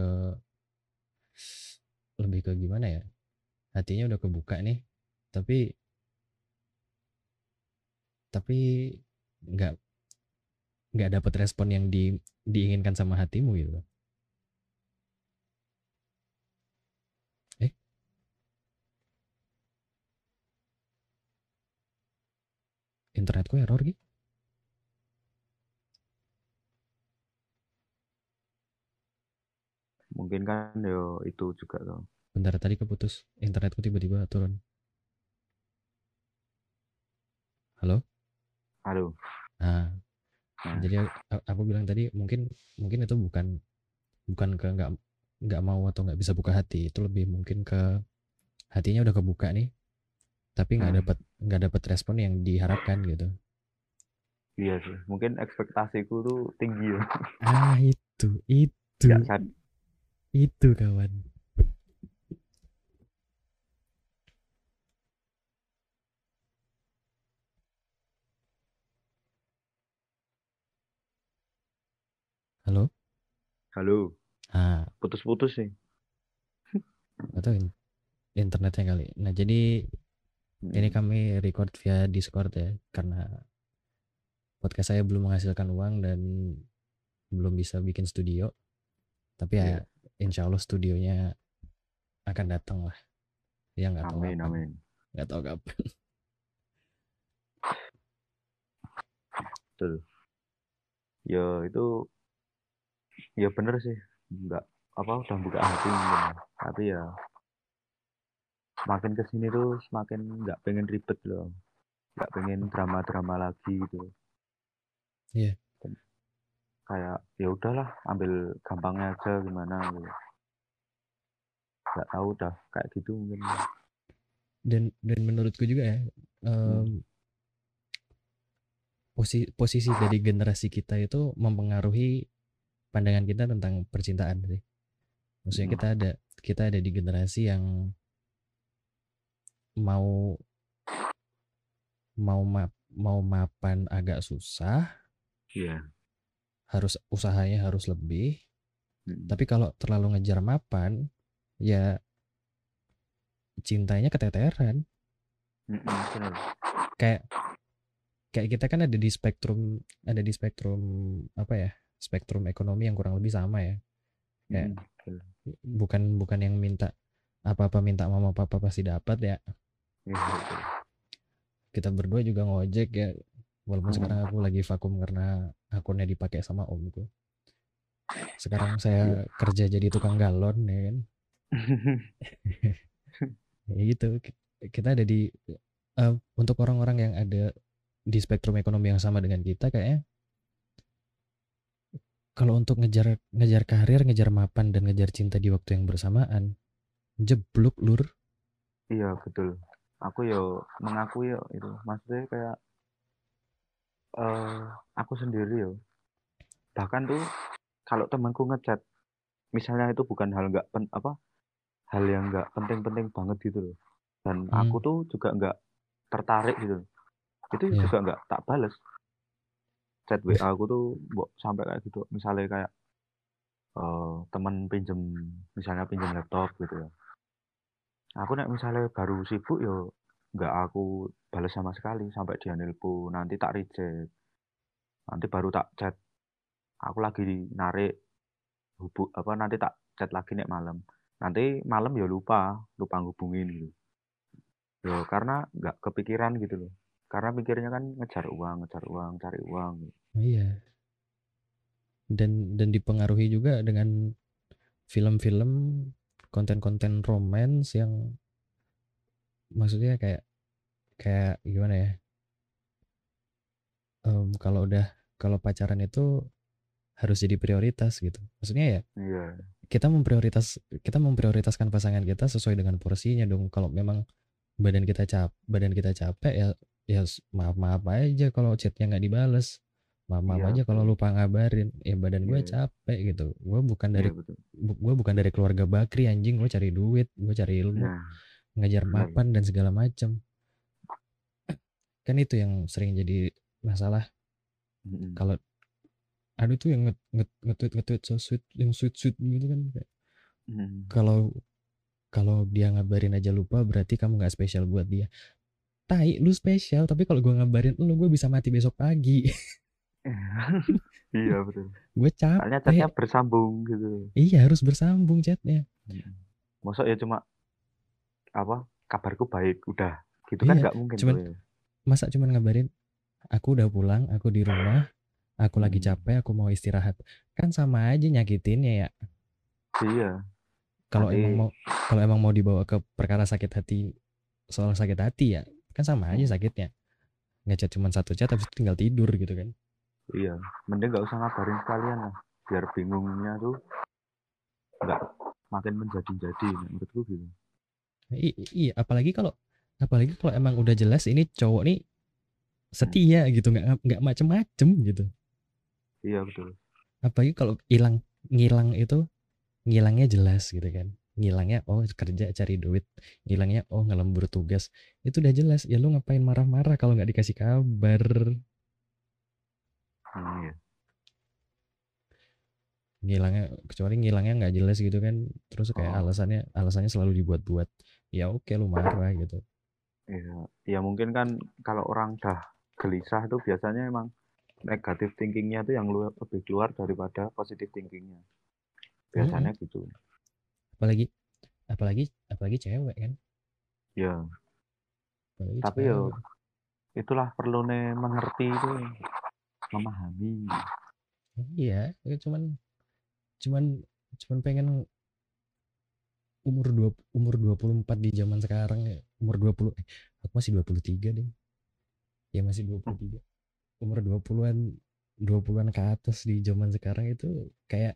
lebih ke gimana ya? Hatinya udah kebuka nih, tapi tapi nggak nggak dapat respon yang di, diinginkan sama hatimu gitu. Eh, internetku error gitu. mungkin kan yo itu juga tuh. Bentar tadi keputus, internetku tiba-tiba turun. Halo? Aduh. Nah, Nah, jadi aku bilang tadi mungkin mungkin itu bukan bukan ke nggak nggak mau atau nggak bisa buka hati, itu lebih mungkin ke hatinya udah kebuka nih, tapi nggak nah, dapat nggak dapat respon yang diharapkan gitu. iya sih. Mungkin ekspektasiku tuh tinggi ya. Ah itu itu Nggak sad itu kawan. Halo? Halo, Ah, putus-putus sih. atau internetnya kali. Nah jadi ini Hmm, kami record via Discord ya, karena podcast saya belum menghasilkan uang dan belum bisa bikin studio. Tapi ya iya. insya Allah studionya akan datang lah. Ya nggak tahu Amin, kapan. amin. Nggak tahu kapan. Betul. Ya itu ya bener sih. Nggak apa udah buka hati mungkin. Tapi ya semakin kesini tuh semakin nggak pengen ribet loh. Nggak pengen drama-drama lagi gitu. Iya. Dan kayak ya udahlah ambil gampangnya aja gimana gitu. Nggak tahu dah kayak gitu mungkin. Dan dan menurutku juga ya, Hmm. em, posisi posisi dari generasi kita itu mempengaruhi pandangan kita tentang percintaan sih. Maksudnya Hmm. kita ada kita ada di generasi yang mau mau map, mau mapan agak susah, Iya. harus usahanya harus lebih. Hmm. Tapi kalau terlalu ngejar mapan, ya cintanya keteteran. Mm-mm, bener. Kayak kayak kita kan ada di spektrum ada di spektrum apa ya? Spektrum ekonomi yang kurang lebih sama ya. Kayak Mm-mm, bener. bukan bukan yang minta apa-apa minta mama papa pasti dapat ya. Iya, betul. Kita berdua juga ngojek ya. Walaupun Mm-mm. sekarang aku lagi vakum karena akunnya dipakai sama omku. Sekarang Iya. saya kerja jadi tukang galon ya kan. Ya gitu. Kita ada di eh, untuk orang-orang yang ada di spektrum ekonomi yang sama dengan kita kayaknya kalau untuk ngejar ngejar karir, ngejar mapan dan ngejar cinta di waktu yang bersamaan, jeblok lur. Iya, betul. Aku yo mengakui yo itu. Maksudnya kayak eh aku sendiri yo. Bahkan tuh kalau temanku ngechat, misalnya itu bukan hal nggak pen, apa hal yang nggak penting-penting banget gitu loh. Dan aku Hmm, tuh juga nggak tertarik gitu. Itu ya. juga nggak tak bales. Chat W A aku tuh mbok sampai kayak gitu. Misalnya kayak eh teman pinjem, misalnya pinjem laptop gitu ya. Aku nek misalnya baru sibuk yo nggak aku balas sama sekali sampai dia nelpon nanti tak reject nanti baru tak chat aku lagi narik hubung apa nanti tak chat lagi nek malam nanti malam ya lupa lupa ngubungin gitu ya karena nggak kepikiran gitu loh karena pikirnya kan ngejar uang ngejar uang cari uang gitu. Iya. Dan dan dipengaruhi juga dengan film-film konten-konten romance yang maksudnya kayak kayak gimana ya? Em, kalau udah kalau pacaran itu harus jadi prioritas gitu. Maksudnya ya Iya kita memprioritas kita memprioritaskan pasangan kita sesuai dengan porsinya dong. Kalau memang badan kita cap badan kita capek ya ya maaf maaf aja kalau chatnya nggak dibales. Maaf maaf iya aja kalau betul lupa ngabarin. Ya badan gue iya capek gitu. Gue bukan dari iya betul gue bukan dari keluarga bakri anjing. Gue cari duit, gue cari ilmu, nah ngajar benar mapan dan segala macam. Kan itu yang sering jadi masalah. Mm-mm. Kalau ada tuh yang nge nge nge-tweet nge-tweet so sweet yang sweet sweet gitu kan. Mm-mm. Kalau kalau dia ngabarin aja lupa berarti kamu nggak spesial buat dia. Tai, lu spesial, tapi kalau gue ngabarin lu, gue bisa mati besok pagi. iya betul Gue soalnya chatnya capek. bersambung gitu Iya, harus bersambung chatnya. Mm-mm. Masa ya cuma apa kabarku baik udah gitu kan Iya, nggak mungkin tuh cuman ya. masa cuman ngabarin, aku udah pulang, aku di rumah, aku lagi Mm-mm. capek, aku mau istirahat. Kan sama aja nyakitinnya ya. Iya Kalau nanti emang mau kalau emang mau dibawa ke perkara sakit hati, soal sakit hati ya, kan sama aja mm, sakitnya. Ngechat cuma satu chat, habis itu tinggal tidur gitu kan. iya mending nggak usah ngabarin sekalian lah biar bingungnya tuh nggak makin menjadi-jadi menurutku gitu. I- iya, apalagi kalau apalagi kalau emang udah jelas ini cowok nih Hmm, setia gitu, nggak nggak macem-macem gitu. iya betul Apalagi kalau hilang ngilang itu ngilangnya jelas gitu kan. Ngilangnya oh kerja cari duit, ngilangnya oh ngelembur tugas. Itu udah jelas. Ya lu ngapain marah-marah kalau nggak dikasih kabar? hmm, iya Ngilangnya kecuali ngilangnya nggak jelas gitu kan. Terus kayak oh alasannya alasannya selalu dibuat-buat. Ya oke lu marah gitu. iya ya mungkin kan kalau orang dah gelisah itu biasanya emang negatif thinkingnya tuh yang lu- lebih keluar daripada positif thinkingnya biasanya Mm-mm. gitu Apalagi apalagi apalagi cewek kan. ya Apalagi tapi yo cewek. itulah perlu nih mengerti itu memahami Iya, ya cuman cuman cuman pengen umur dua umur dua puluh empat di zaman sekarang ya. Umur dua puluh eh, aku masih dua puluh tiga deh. Ya masih dua puluh tiga. Umur dua puluhan-an dua puluhan-an ke atas di zaman sekarang itu kayak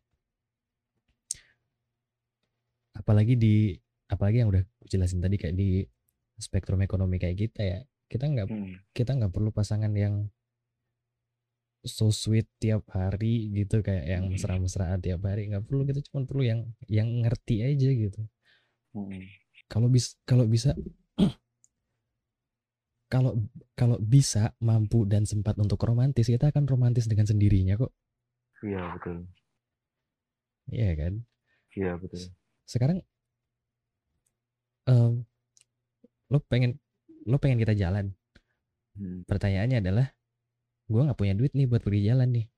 apalagi di apalagi yang udah aku jelasin tadi kayak di spektrum ekonomi kayak kita ya. Kita nggak Hmm, kita nggak perlu pasangan yang so sweet tiap hari gitu kayak yang hmm, mesra-mesraan tiap hari nggak perlu kita cuma perlu yang yang ngerti aja gitu hmm. kalau bis kalau bisa kalau kalau bisa mampu dan sempat untuk romantis kita akan romantis dengan sendirinya kok. Iya betul Iya kan. iya betul Sekarang em, lo pengen lo pengen kita jalan. Hmm, Pertanyaannya adalah, gue nggak punya duit nih buat pergi jalan nih.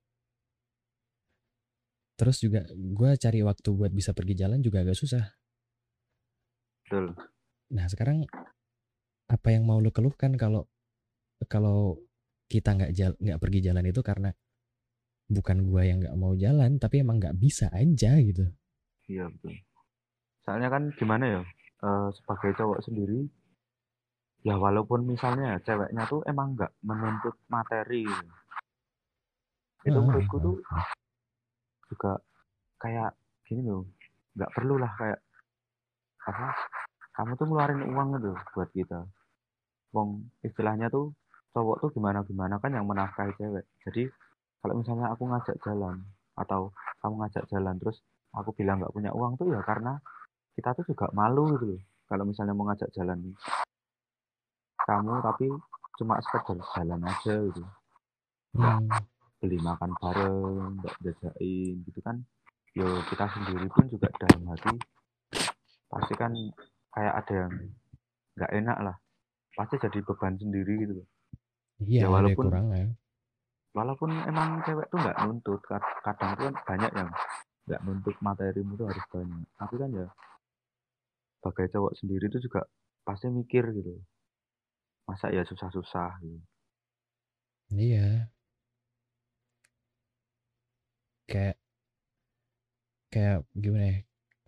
Terus juga gue cari waktu buat bisa pergi jalan juga agak susah. betul. Nah sekarang apa yang mau lo keluhkan kalau kalau kita nggak jal nggak pergi jalan itu karena bukan gue yang nggak mau jalan, tapi emang nggak bisa aja gitu. Iya betul. Soalnya kan gimana ya? eh, sebagai cowok sendiri, ya walaupun misalnya ceweknya tuh emang nggak menuntut materi, itu Heeh, menurutku heeh, tuh heeh. juga kayak gini loh, nggak perlu lah kayak apa? Kamu tuh ngeluarin uang gitu buat kita. Wong istilahnya tuh cowok tuh gimana gimana kan yang menafkahi cewek. Jadi kalau misalnya aku ngajak jalan atau kamu ngajak jalan terus aku bilang nggak punya uang tuh ya karena kita tuh juga malu gitu loh. Kalau misalnya mau ngajak jalan kamu tapi cuma sekedar jalan aja gitu, nggak Hmm, beli makan bareng, nggak jajain gitu kan. Yo kita sendiri pun juga dalam hati pasti kan kayak ada yang nggak enak lah, pasti jadi beban sendiri gitu loh. iya Ya ada walaupun kurangnya. walaupun emang cewek tuh nggak nuntut, kadang tuh kan banyak yang nggak nuntut materimu tuh harus banyak, tapi kan ya sebagai cowok sendiri tuh juga pasti mikir gitu, masa ya susah-susah gitu. Iya, kayak kayak gimana ya?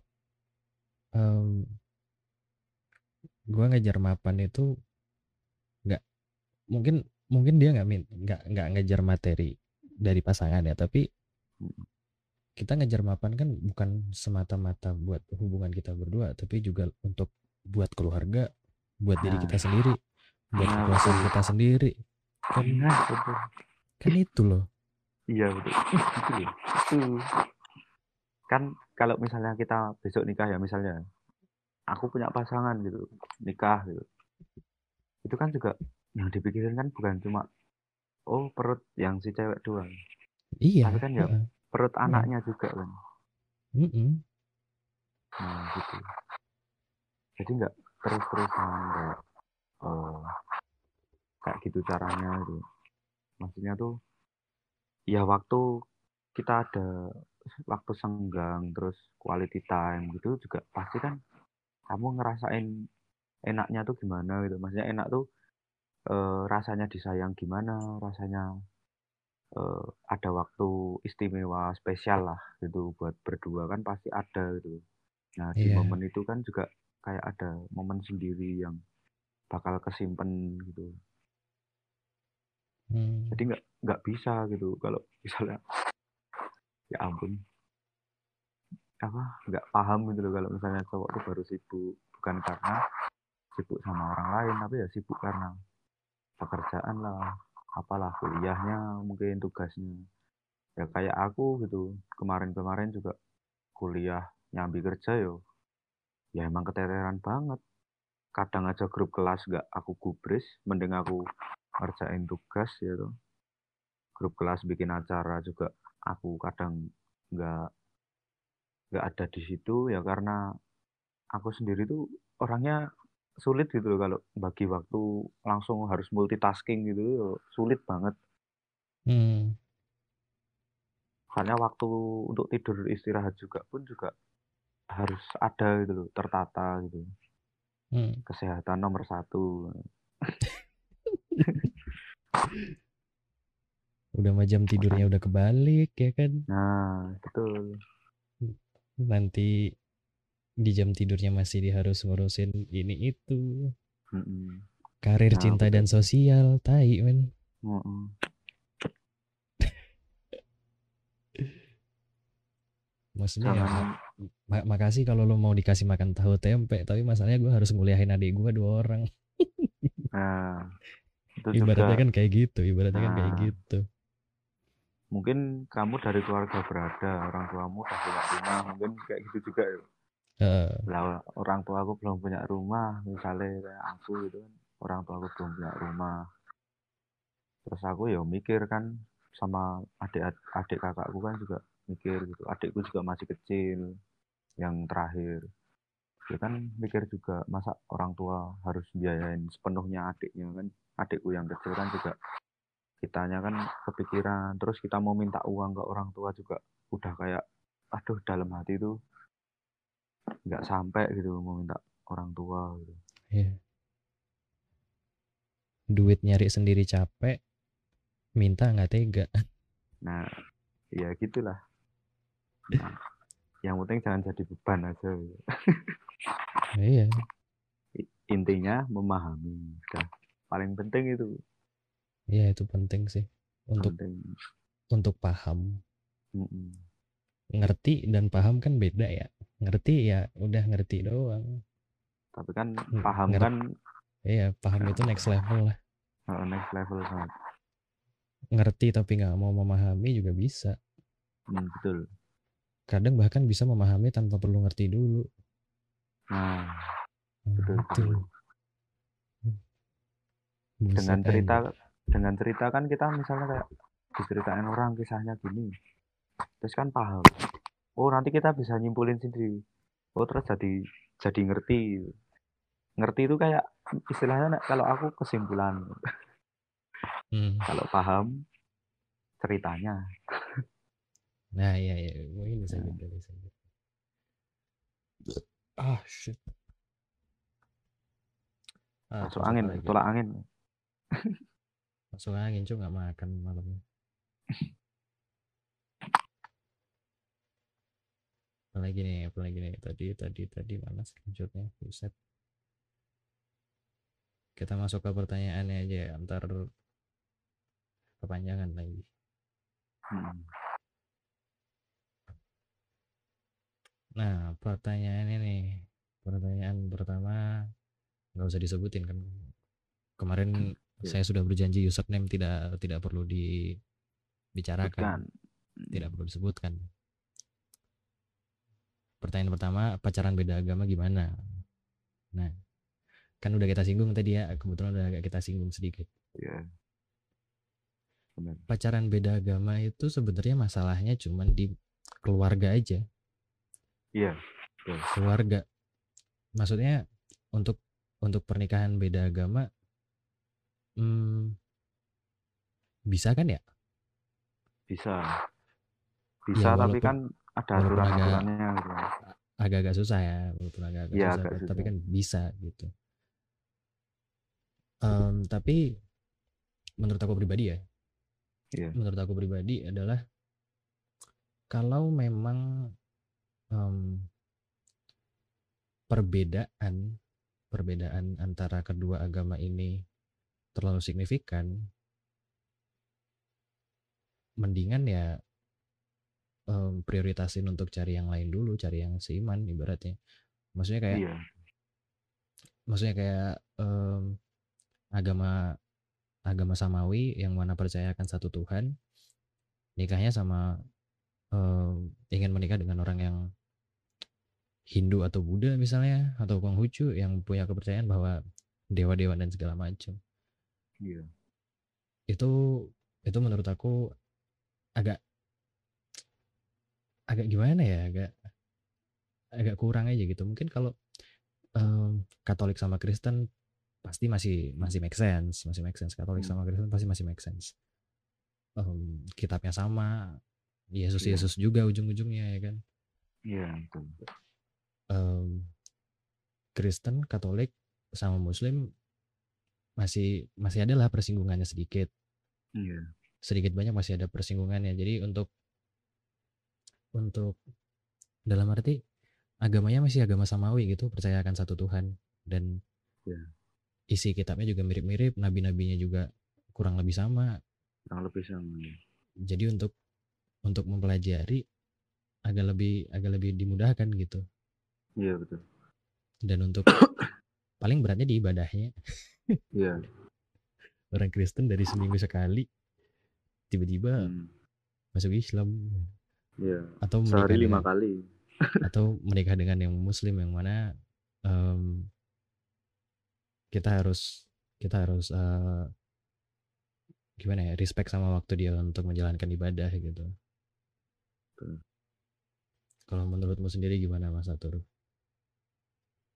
Um, gue ngejar mapan itu nggak mungkin mungkin dia nggak min nggak nggak ngejar materi dari pasangan ya, tapi kita ngejar mapan kan bukan semata-mata buat hubungan kita berdua, tapi juga untuk buat keluarga, buat diri Nah, kita sendiri, buat nah betul. kepuasan kita sendiri. Kan Nah, betul. kan itu loh. Iya betul. Itu loh. Itu kan kalau misalnya kita besok nikah ya misalnya, aku punya pasangan gitu, nikah gitu. Itu kan juga yang dipikirin kan bukan cuma oh perut yang si cewek doang, tapi Iya, kan ya heeh, perut heeh, anaknya juga kan. mm-mm, Nah, gitu. Jadi nggak terus-terusan kayak eh, kayak gitu caranya gitu. Maksudnya tuh ya waktu kita ada waktu senggang terus quality time gitu juga pasti kan kamu ngerasain enaknya tuh gimana gitu. Maksudnya enak tuh eh, rasanya disayang gimana, rasanya eh, ada waktu istimewa spesial lah gitu buat berdua kan pasti ada gitu. Nah, di iya, momen itu kan juga kayak ada momen sendiri yang bakal kesimpan gitu. Jadi hmm, nggak nggak bisa gitu kalau misalnya ya ampun apa nggak paham gitu loh kalau misalnya cowok tuh baru sibuk bukan karena sibuk sama orang lain tapi ya sibuk karena pekerjaan lah apalah kuliahnya mungkin tugasnya ya kayak aku gitu kemarin-kemarin juga kuliah nyambi kerja yo ya emang keteteran banget kadang aja grup kelas nggak aku gubris mending aku ngerjain tugas gitu grup kelas bikin acara juga aku kadang nggak nggak ada di situ ya karena aku sendiri tuh orangnya sulit gitu loh kalau bagi waktu langsung harus multitasking gitu sulit banget hmm, soalnya waktu untuk tidur istirahat juga pun juga harus ada gitu loh tertata gitu hmm. kesehatan nomor satu. Udah mah jam tidurnya Makanya udah kebalik ya kan. nah betul. Nanti di jam tidurnya masih di harus ngurusin ini itu, Mm-mm. karir, Nah cinta betul. dan sosial, tai men. Mm-mm. Maksudnya ya mak Jangan ma- makasih kalau lo mau dikasih makan tahu tempe, tapi masalahnya gue harus nguliahin adik gue dua orang. nah itu juga Ibaratnya kan kayak gitu, ibaratnya kan kayak nah gitu. mungkin kamu dari keluarga berada orang tuamu udah punya rumah mungkin kayak gitu juga ya. Heeh. Lah orang tua aku belum punya rumah misalnya kayak aku gitu kan orang tua aku belum punya rumah terus aku ya mikir kan sama adik adik kakakku kan juga mikir gitu adikku juga masih kecil yang terakhir dia kan mikir juga masa orang tua harus biayain sepenuhnya adiknya kan, adikku yang kecil kan juga kitanya kan kepikiran, terus kita mau minta uang ke orang tua juga udah kayak aduh dalam hati itu nggak sampai gitu mau minta orang tua gitu. Iya. Duit nyari sendiri capek, minta nggak tega. Nah ya gitulah, nah, yang penting jangan jadi beban aja gitu. Iya. Intinya memahami, udah paling penting itu. Iya itu penting sih untuk Penting. untuk paham. Mm-mm. Ngerti dan paham kan beda ya. Ngerti ya udah ngerti doang. Tapi kan Ng- paham Ngerti, kan iya paham itu next level lah. uh, next level banget. Ngerti tapi nggak mau memahami juga bisa. Hmm, betul. Kadang bahkan bisa memahami tanpa perlu ngerti dulu. Nah, Nah, betul, itu betul. Dengan buset cerita aja. dengan cerita kan kita misalnya kayak diceritain orang kisahnya gini, terus kan paham. Oh nanti kita bisa nyimpulin sendiri. Oh terus jadi jadi ngerti. Ngerti itu kayak istilahnya kalau aku kesimpulan. Hmm. Kalau paham ceritanya. Nah iya iya mungkin bisa Nah, gitu bisa gitu. Ah shit. Ah, masuk terus angin, apa lagi? tolak angin. Masuk angin cuy nggak makan malamnya. Apalagi nih, apalagi nih tadi tadi tadi mana screenshotnya? Buset. Kita masuk ke pertanyaannya aja ya, ntar kepanjangan lagi. Hmm. Nah pertanyaannya nih, pertanyaan pertama nggak usah disebutin kan. Kemarin Ya, saya sudah berjanji username tidak tidak perlu dibicarakan, sebutkan. Hmm. tidak perlu disebutkan. Pertanyaan pertama, pacaran beda agama gimana? Nah, kan udah kita singgung tadi ya, kebetulan udah agak kita singgung sedikit. Ya, benar. Pacaran beda agama itu sebenarnya masalahnya cuman di keluarga aja. Iya. Betul. Keluarga. Maksudnya untuk untuk pernikahan beda agama hmm, bisa kan ya? Bisa. Ya Bisa tapi walaupun kan ada walaupun agak aturan-aturannya gitu. agak-agak susah ya, walaupun agak-agak Iya susah, agak tapi susah. kan bisa gitu. Um, tapi menurut aku pribadi ya, Iya. menurut aku pribadi adalah kalau memang um, perbedaan perbedaan antara kedua agama ini terlalu signifikan, mendingan ya um, prioritasin untuk cari yang lain dulu, cari yang seiman ibaratnya. Maksudnya kayak, Iya. maksudnya kayak um, agama agama samawi yang mana percaya akan satu Tuhan, nikahnya sama um, ingin menikah dengan orang yang Hindu atau Buddha misalnya atau Konghucu yang punya kepercayaan bahwa dewa-dewa dan segala macam. Iya. Itu itu menurut aku agak agak gimana ya, agak agak kurang aja gitu. Mungkin kalau um, Katolik sama Kristen pasti masih masih make sense, masih make sense. Katolik Hmm. sama Kristen pasti masih make sense. Um, kitabnya sama, Yesus Iya. Yesus juga ujung-ujungnya ya kan. Iya betul. Um, Kristen, Katolik sama Muslim masih masih ada lah persinggungannya sedikit, Iya. sedikit banyak masih ada persinggungannya. Jadi untuk untuk dalam arti agamanya masih agama samawi gitu, percaya akan satu Tuhan dan Iya. isi kitabnya juga mirip-mirip, nabi-nabinya juga kurang lebih sama. Kurang lebih sama. Ya. Jadi untuk untuk mempelajari agak lebih agak lebih dimudahkan gitu. Iya betul. Dan untuk paling beratnya di ibadahnya. Iya. Orang Kristen dari seminggu sekali tiba-tiba Hmm. masuk Islam Iya. atau Sehari menikah lima dengan kali. atau menikah dengan yang Muslim yang mana um, kita harus kita harus uh, gimana ya, respect sama waktu dia untuk menjalankan ibadah gitu. Betul. Kalau menurutmu sendiri gimana Mas Atur?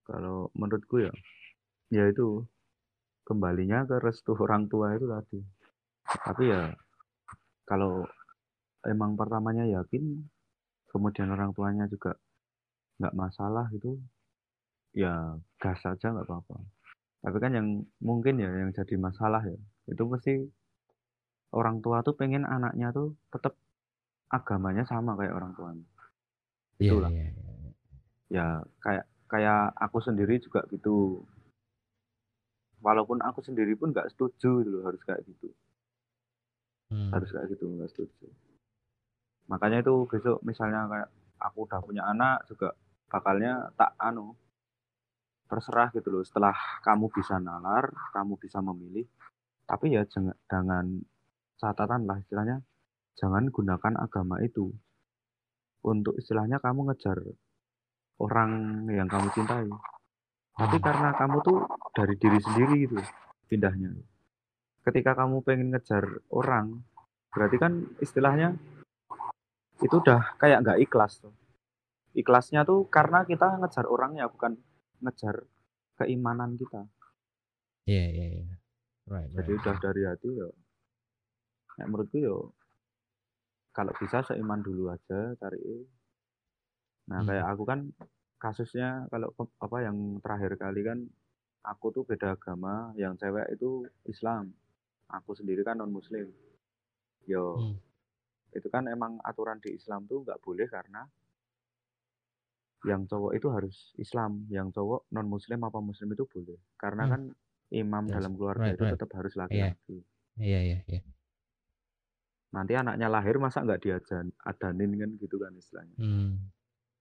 Kalau menurutku ya, ya itu kembalinya ke restu orang tua itu tadi. Tapi ya kalau emang pertamanya yakin, kemudian orang tuanya juga nggak masalah itu, ya gas aja nggak apa-apa. Tapi kan yang mungkin ya yang jadi masalah ya, itu pasti orang tua tuh pengen anaknya tuh tetap agamanya sama kayak orang tuanya. Iya, Itulah. iya, iya. Ya kayak kayak aku sendiri juga gitu. Walaupun aku sendiri pun nggak setuju gitu loh, harus kayak gitu. Hmm. Harus kayak gitu, nggak setuju. Makanya itu besok misalnya kayak aku udah punya anak juga bakalnya tak anu terserah gitu loh. Setelah kamu bisa nalar, kamu bisa memilih, tapi ya jangan dengan catatan lah istilahnya, jangan gunakan agama itu untuk istilahnya kamu ngejar orang yang kamu cintai. Tapi Hmm. karena kamu tuh dari diri sendiri gitu pindahnya. Ketika kamu pengen ngejar orang, berarti kan istilahnya itu udah kayak nggak ikhlas tuh. Ikhlasnya tuh karena kita ngejar orangnya, bukan ngejar keimanan kita. Iya, iya, iya. Right, Jadi right, udah right. dari hati ya, nek menurutku yo kalau bisa seiman dulu aja cari. Nah Hmm. kayak aku kan kasusnya kalau ke- apa yang terakhir kali kan aku tuh beda agama, yang cewek itu Islam, aku sendiri kan non Muslim. Yo Hmm. itu kan emang aturan di Islam tuh nggak boleh karena yang cowok itu harus Islam, yang cowok non Muslim apa Muslim itu boleh. Karena Hmm. kan imam Yes. dalam keluarga Right, itu right. tetap harus Iya, laki-laki. iya, iya, iya. Nanti anaknya lahir masa nggak diajan adanin kan gitu kan istilahnya. Hmm.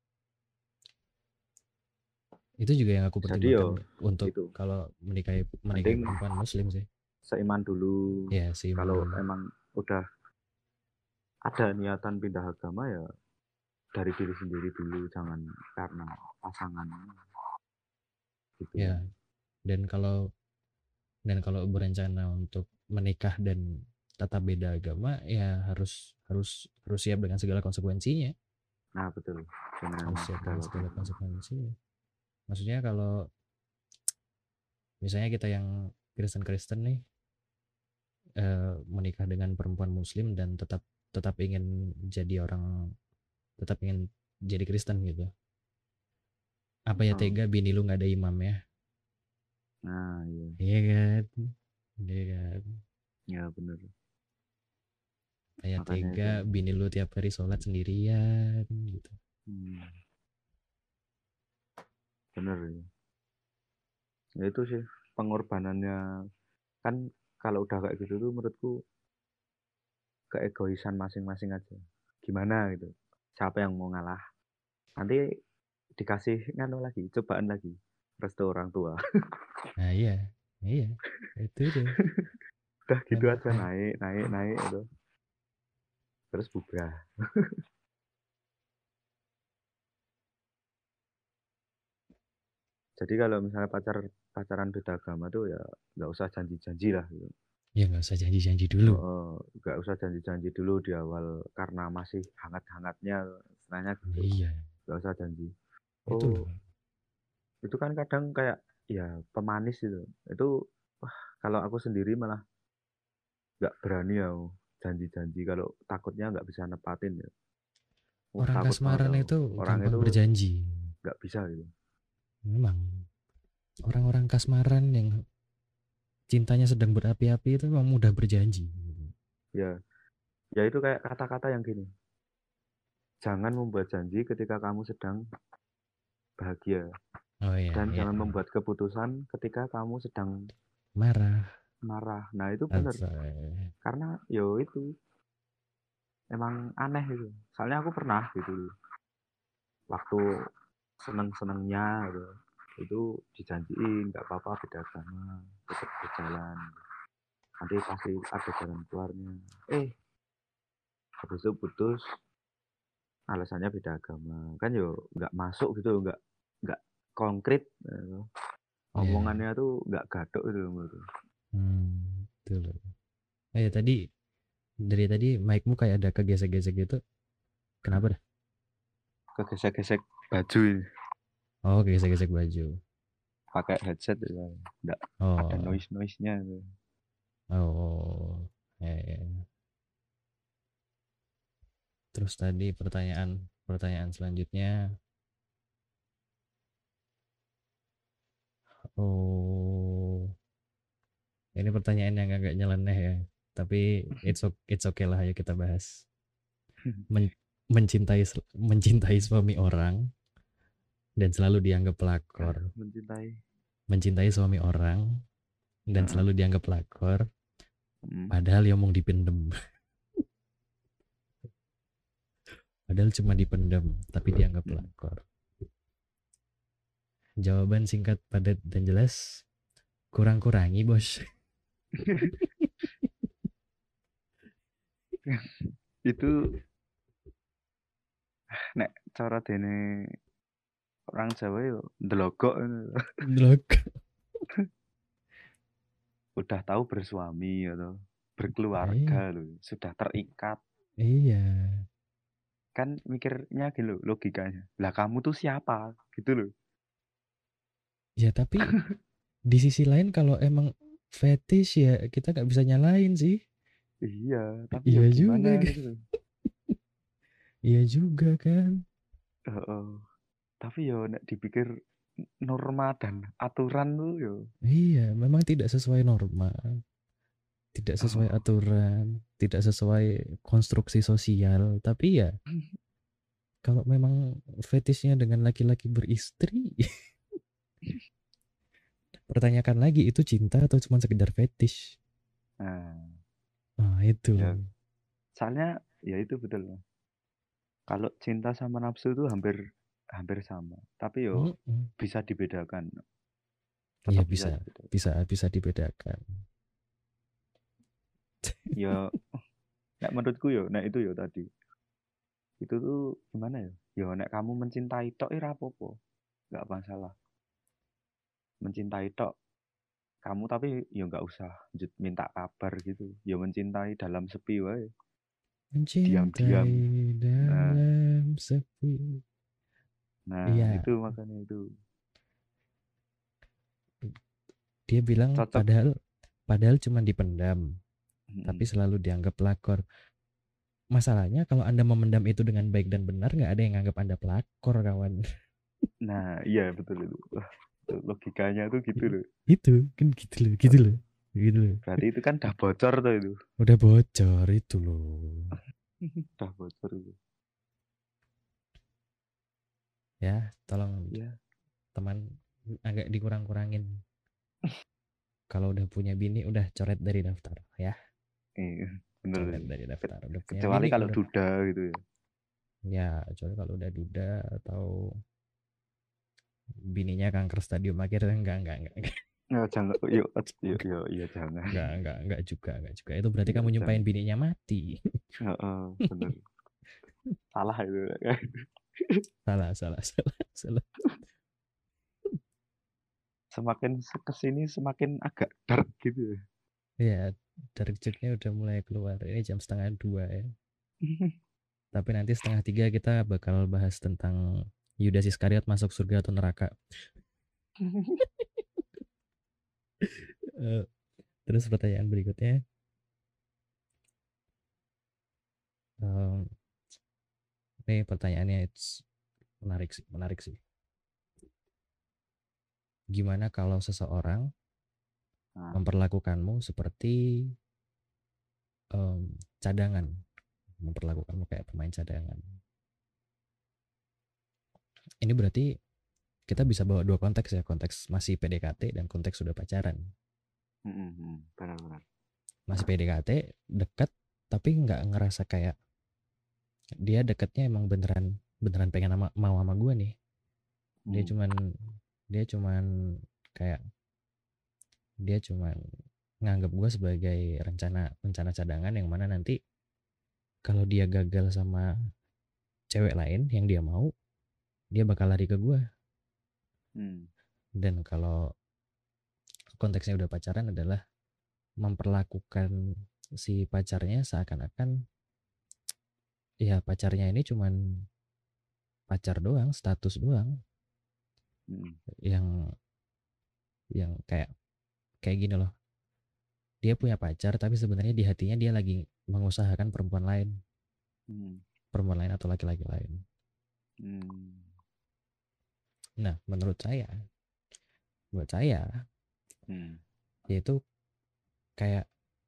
Itu juga yang aku Jadi yo pertimbangkan untuk itu kalau menikahi menikahi penting perempuan Muslim sih. seiman dulu. Ya, sih, Kalau man. emang udah ada niatan pindah agama ya dari diri sendiri dulu, jangan karena pasangan gitu kan. Ya, dan kalau dan kalau berencana untuk menikah dan tetap beda agama, ya harus harus harus siap dengan segala konsekuensinya. Nah betul, dengan Harus siap dengan segala segala konsekuensi. konsekuensinya. Maksudnya kalau misalnya kita yang Kristen-Kristen nih, eh, menikah dengan perempuan Muslim dan tetap tetap ingin jadi orang tetap ingin jadi Kristen gitu. Apa ya Oh, tega bini lu nggak ada imamnya? nah iya, Iya kan? Iya kan? ya bener. Kayak Makanya tega itu. bini lu tiap hari sholat sendirian gitu. Hmm, bener ya. Ya itu sih pengorbanannya kan, kalau udah kayak gitu tuh menurutku keegoisan masing-masing aja. Gimana gitu? Siapa yang mau ngalah? Nanti dikasih nganu lagi, cobaan lagi. Restu orang tua. Nah iya, iya, itu tuh. Udah gitu Nanti, aja nah, naik, naik, naik itu. Terus bubrah. Jadi kalau misalnya pacar pacaran beda agama tuh ya nggak usah janji-janji lah gitu. ya nggak usah janji-janji dulu. Oh, nggak usah janji-janji dulu di awal karena masih hangat-hangatnya, istilahnya gitu. Iya, Nggak usah janji. itu Oh, loh. itu kan kadang kayak ya pemanis itu. Itu wah, kalau aku sendiri malah nggak berani ya janji-janji kalau takutnya nggak bisa nepatin ya. Uh, Orang takut banget kasmaran aku. itu Orang gampang itu berjanji. nggak bisa gitu. Memang orang-orang kasmaran yang cintanya sedang berapi-api itu memang mudah berjanji. Ya, ya itu kayak kata-kata yang gini. Jangan membuat janji ketika kamu sedang bahagia. Oh iya, Dan iya, jangan iya. membuat keputusan ketika kamu sedang Marah. marah. Nah itu benar. Anjay. Karena yo itu emang aneh itu. Soalnya aku pernah gitu. Waktu seneng-senengnya gitu. Itu dijanjiin nggak apa-apa beda agama. Tetap berjalan. Nanti pasti ada jalan keluarnya. Eh, habis itu putus. Alasannya beda agama. Kan yo nggak masuk gitu. Nggak, nggak konkret. eh, Iya. Omongannya tuh nggak gadok gitu menurutku. Hmm, itu loh. Eh tadi dari tadi mic-mu kayak ada kegesek-gesek gitu. Kenapa dah? Kegesek-gesek baju ini. Oh, kegesek-gesek baju. pakai headset ya. Enggak ada Oh, noise-noise-nya. oh, ya, ya. Terus tadi pertanyaan pertanyaan selanjutnya, oh, ini pertanyaan yang agak nyeleneh ya, tapi it's okay, it's okay lah, ayo kita bahas. Men- mencintai mencintai suami orang dan selalu dianggap pelakor, Mencintai. mencintai suami orang dan Heeh. selalu dianggap pelakor, Hmm. padahal yang mau dipendem, padahal cuma dipendem, tapi dianggap Hmm. pelakor. Jawaban singkat, padat, dan jelas, kurang-kurangi bos. Itu nek cara dene orang Jawa yo ndelogok ngono. Blok. Udah tahu bersuami atau Eh, berkeluarga loh, sudah terikat. iya. Kan mikirnya gitu loh, logikanya. Lah kamu tuh siapa? Gitu loh. Ya tapi di sisi lain kalau emang fetish ya kita nggak bisa nyalain sih. Iya, tapi ya Iya gimana juga kan. gitu loh. Iya juga kan. Heeh. Tapi yo nek dipikir norma dan aturan tuh yo. Iya, memang tidak sesuai norma, tidak sesuai Oh. aturan, tidak sesuai konstruksi sosial. Tapi ya kalau memang fetishnya dengan laki-laki beristri, pertanyakan lagi itu cinta atau cuma sekedar fetish. Nah, Ah itu loh. ya soalnya ya itu betul. Kalau cinta sama nafsu itu hampir hampir sama. Tapi yo Mm-mm. bisa dibedakan. Iya Tetap bisa bisa, dibedakan. bisa, bisa dibedakan. Ya, nek menurutku yo, nek itu yo tadi. Itu tuh gimana ya? Yo nek kamu mencintai tok ira apa-apa. Enggak masalah. Mencintai tok kamu tapi ya nggak usah jut- minta kabar gitu. Ya mencintai dalam sepi wae. Diam-diam. Mencintai Nah, dalam sepi. nah Iya, itu makanya itu dia bilang cocok. padahal padahal cuma dipendam, tapi Mm. selalu dianggap pelakor. Masalahnya kalau Anda memendam itu dengan baik dan benar, nggak ada yang nganggap Anda pelakor, kawan. Nah, iya betul itu. Wah, itu logikanya tuh gitu loh. Itu kan gitu loh, gitu loh, gitu loh. Berarti itu kan dah bocor tuh itu. Udah bocor itu loh. Dah bocor itu. Ya, tolong Ya, teman agak dikurang-kurangin. Kalau udah punya bini, udah coret dari daftar ya. iya, bener. Coret dari Ke- daftar. Udah punya Kecuali bini, kalau udah. duda gitu ya. Ya, kecuali kalau udah duda atau bininya kanker stadium akhir, enggak, enggak, enggak, enggak, Ya, jangan, yuk, yuk, yuk, iya jangan. enggak, enggak, enggak juga, enggak juga. Itu berarti Enggak, kamu jangan. nyumpahin bininya mati. Heeh, bener. Salah itu. Salah, salah, salah, salah. Semakin kesini semakin agak dark gitu ya. Ya, dark joke-nya udah mulai keluar. Ini jam setengah dua ya. Tapi nanti setengah tiga kita bakal bahas tentang Yudas Iskariot masuk surga atau neraka. Eh, terus pertanyaan berikutnya, em, ini pertanyaannya it's menarik sih, menarik sih. Gimana kalau seseorang Nah, memperlakukanmu seperti em, cadangan, memperlakukanmu kayak pemain cadangan? Ini berarti kita bisa bawa dua konteks ya, konteks masih P D K T dan konteks sudah pacaran. mm, mm, benar-benar. Masih P D K T, deket, tapi nggak ngerasa kayak dia deketnya emang beneran beneran pengen sama, mau sama gue nih. Dia Hmm, cuman dia cuman kayak dia cuman nganggap gue sebagai rencana rencana cadangan yang mana nanti kalau dia gagal sama cewek lain yang dia mau, dia bakal lari ke gue. hmm, Dan kalau konteksnya udah pacaran adalah memperlakukan si pacarnya seakan-akan ya pacarnya ini cuman pacar doang, status doang, hmm. yang yang kayak kayak gini loh. Dia punya pacar tapi sebenarnya di hatinya dia lagi mengusahakan perempuan lain, Hmm. perempuan lain atau laki-laki lain. Hmm. Nah, menurut saya, buat saya, Hmm. yaitu kayak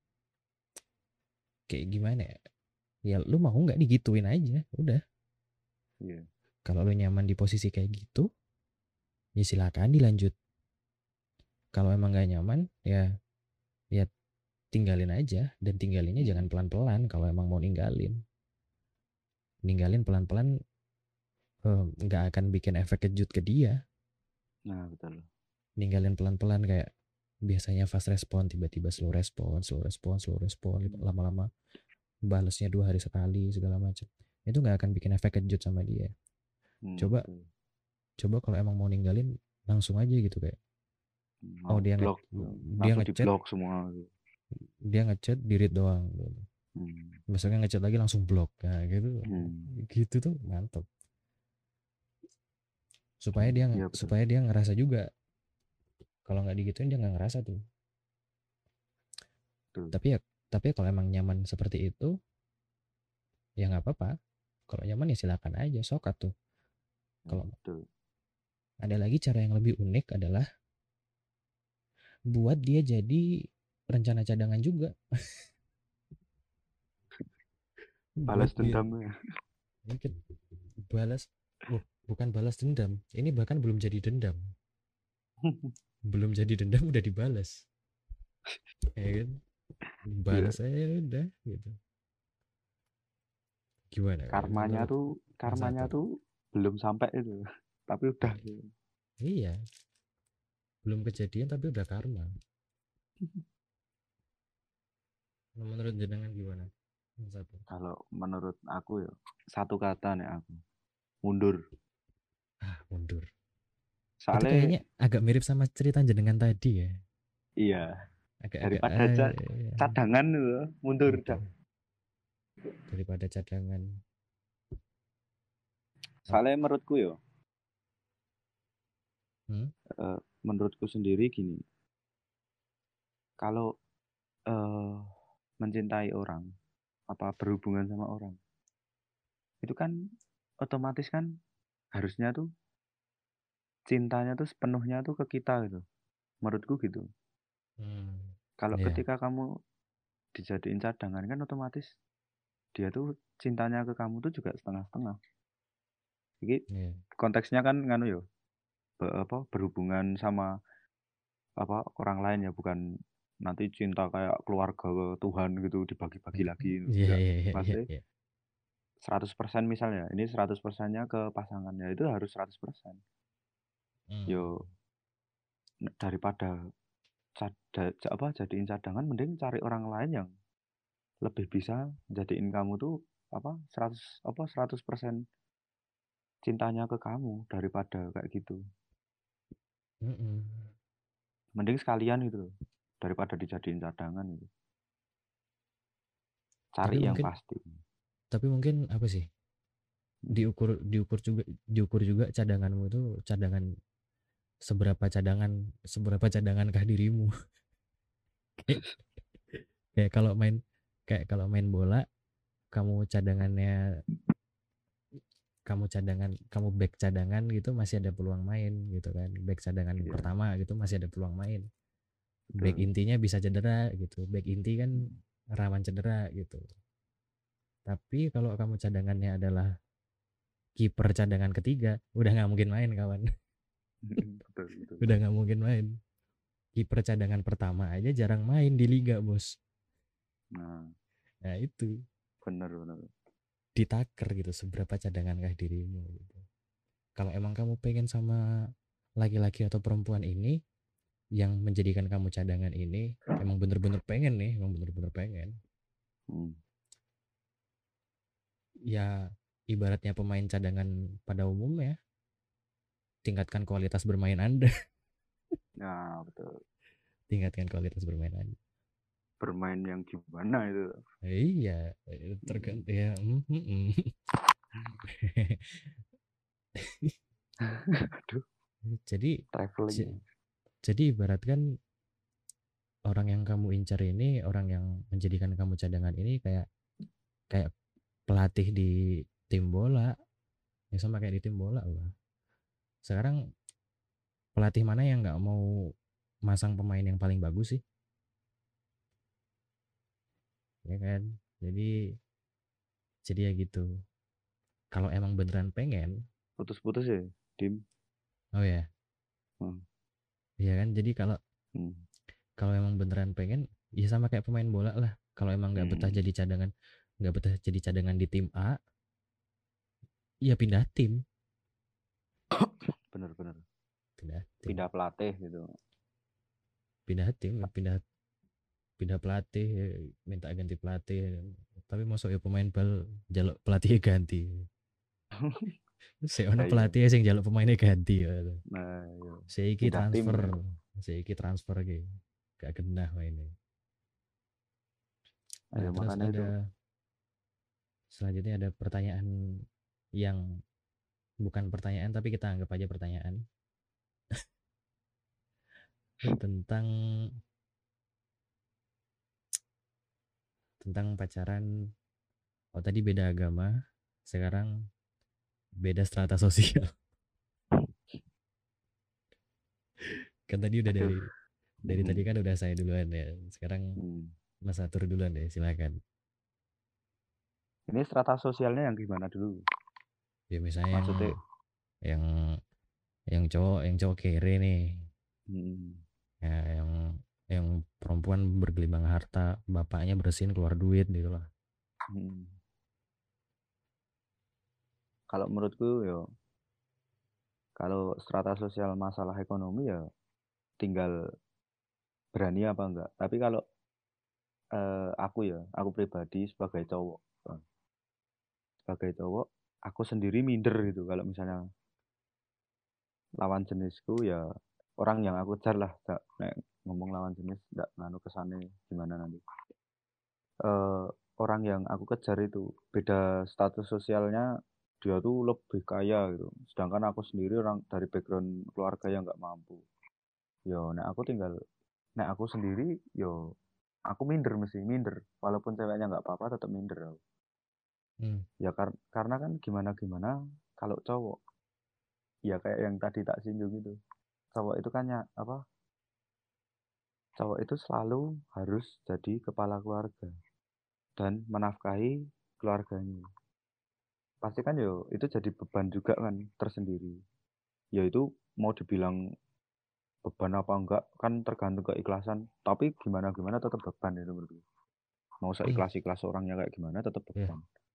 kayak gimana ya? Ya lu mau nggak digituin aja, udah. Iya. Kalau lu nyaman di posisi kayak gitu, ya silakan dilanjut. Kalau emang nggak nyaman, ya ya tinggalin aja, dan tinggalinnya Hmm. jangan pelan-pelan. Kalau emang mau ninggalin, ninggalin pelan-pelan, eh, nggak akan bikin efek kejut ke dia. Nah, betul. Ninggalin pelan-pelan kayak biasanya fast respon, tiba-tiba slow respon, slow respon, slow respon, Hmm. lama-lama balasnya dua hari sekali segala macam. Itu nggak akan bikin efek kejut sama dia. Hmm, Coba betul. coba kalau emang mau ninggalin langsung aja gitu kayak, oh Mau dia nge blok, dia langsung ngechat diblok semua. dia ngechat di read doang gitu. Hmm. Besoknya ngechat lagi langsung blok, nah gitu. Hmm. Gitu tuh mantap, supaya dia Iya, betul. supaya dia ngerasa juga. Kalau nggak digituin dia nggak ngerasa tuh. Betul. Tapi ya tapi kalau emang nyaman seperti itu, ya nggak apa-apa. Kalau nyaman ya silakan aja, sokat tuh. Hmm, Kalau betul. ada lagi cara yang lebih unik adalah buat dia jadi rencana cadangan juga. Buat Balas dia dendam ya. mungkin balas, oh, bukan balas dendam. Ini bahkan belum jadi dendam. Belum jadi dendam udah dibalas. Ya kan? Iya. Balas aja udah gitu. Gimana Karmanya menurut tuh, Mas karmanya Atul? tuh belum sampai itu. Tapi udah. Iya, iya, belum kejadian tapi udah karma. Menurut jenengan gimana, Mas Atul? Kalau menurut aku ya, satu kata nih aku. Mundur. Ah, mundur. Itu Soalnya kayaknya agak mirip sama cerita jenengan tadi ya. iya, Agak-agak daripada ah, ca- ya, cadangan itu mundur itu dah. daripada cadangan. Ap- Soalnya menurutku ya, hmm? eh, menurutku sendiri gini, kalau eh, mencintai orang, apa berhubungan sama orang, itu kan otomatis kan harusnya tuh cintanya tuh sepenuhnya tuh ke kita gitu. Menurutku gitu. Hmm. Kalau Ya, ketika kamu dijadiin cadangan kan otomatis dia tuh cintanya ke kamu tuh juga setengah-setengah. Jadi ya. konteksnya kan nganu yo, be- apa berhubungan sama apa orang lain ya, bukan nanti cinta kayak keluarga ke Tuhan gitu dibagi-bagi lagi. Iya, Enggak. iya, iya, iya, Maksudnya iya. seratus persen misalnya, ini seratus persennya ke pasangannya itu harus seratus persen. Hmm. Yo daripada cada, ca- apa jadiin cadangan mending cari orang lain yang lebih bisa jadiin kamu tuh apa seratus apa seratus persen cintanya ke kamu daripada kayak gitu. Mm-mm. Mending sekalian gitu loh daripada dijadiin cadangan gitu. Cari Tapi yang mungkin pasti. tapi mungkin apa sih? Hmm. Diukur diukur juga diukur juga cadanganmu itu cadangan seberapa cadangan seberapa cadangankah dirimu? Kayak kayak kalau main kayak kalau main bola, kamu cadangannya kamu cadangan kamu back cadangan gitu masih ada peluang main gitu kan. Back cadangan Iya, pertama gitu masih ada peluang main. Back betul. intinya bisa cedera gitu. Back inti kan rawan cedera gitu. Tapi kalau kamu cadangannya adalah kiper cadangan ketiga, udah nggak mungkin main kawan. Betul, betul. Udah nggak mungkin main. Kiper cadangan pertama aja jarang main di liga bos. Nah, Nah itu bener, bener. ditaker gitu, seberapa cadangankah dirimu gitu. Kalau emang kamu pengen sama laki-laki atau perempuan ini yang menjadikan kamu cadangan ini, emang bener-bener pengen nih, emang bener-bener pengen, Hmm. ya ibaratnya pemain cadangan pada umumnya, tingkatkan kualitas bermain Anda. Nah, betul. Tingkatkan kualitas bermain Anda. Bermain yang gimana itu? Iya, Hmm. tergantung ya. mm, mm, mm. Aduh, Jadi traveling. Jadi ibaratkan orang yang kamu incar ini, orang yang menjadikan kamu cadangan ini kayak kayak pelatih di tim bola, ya sama kayak di tim bola lah. Sekarang pelatih mana yang nggak mau masang pemain yang paling bagus sih, ya kan? Jadi jadi ya gitu. Kalau emang beneran pengen, Putus-putus ya, Dim. oh ya, Hmm. iya kan? Jadi kalau Hmm. kalau emang beneran pengen, ya sama kayak pemain bola lah. Kalau emang nggak betah Hmm. jadi cadangan, nggak betah jadi cadangan di tim A, ya pindah tim, Bener-bener. pindah tim, Pindah pelatih gitu. pindah tim, pindah pindah pelatih, minta ganti pelatih. Tapi masuk ya pemain bal jaluk pelatihnya ganti. Saya ono Nah, iya. pelatih sing jaluk pemainnya ganti ya. Nah, iya. Saiki Pindah tim transfer, kan. saiki transfer ki. Gak genah ini. Nah, Ayo terus makanya itu. ada selanjutnya ada pertanyaan yang bukan pertanyaan tapi kita anggap aja pertanyaan tentang tentang pacaran. Oh tadi beda agama, sekarang beda strata sosial. Kan tadi udah Aduh. dari dari tadi Hmm. kan udah saya duluan ya. Sekarang Hmm. Mas atur duluan deh, silakan. Ini strata sosialnya yang gimana dulu? Ya misalnya yang Maksudnya, yang yang cowok yang cowok kere nih, hmm. ya, yang yang perempuan bergelimang harta, bapaknya bersin keluar duit gitu lah. Hmm. Kalau menurutku ya, kalau strata sosial masalah ekonomi ya tinggal berani apa enggak. Tapi kalau eh, aku ya, aku pribadi sebagai cowok, eh, sebagai cowok, aku sendiri minder gitu. Kalau misalnya lawan jenisku ya orang yang aku kejar lah. Nggak- nek ngomong lawan jenis, nggak nganu kesane gimana nanti. Eh, orang yang aku kejar itu beda status sosialnya, dia tuh lebih kaya gitu. Sedangkan aku sendiri orang dari background keluarga yang nggak mampu. Yo, nek aku tinggal, nek aku sendiri, yo aku minder mesti minder. Walaupun ceweknya nggak apa-apa, tetap minder aku. Hmm. Ya kar karena kan gimana gimana kalau cowok, ya kayak yang tadi tak singgung itu. Cowok itu kan ya apa? Cowok itu selalu harus jadi kepala keluarga dan menafkahi keluarganya. Pasti kan yo itu jadi beban juga kan tersendiri. Ya itu mau dibilang beban apa enggak kan tergantung keikhlasan. Tapi gimana gimana tetap beban itu menurutku. Mau Hmm. seikhlas-ikhlas orangnya kayak gimana tetap Ya. beban.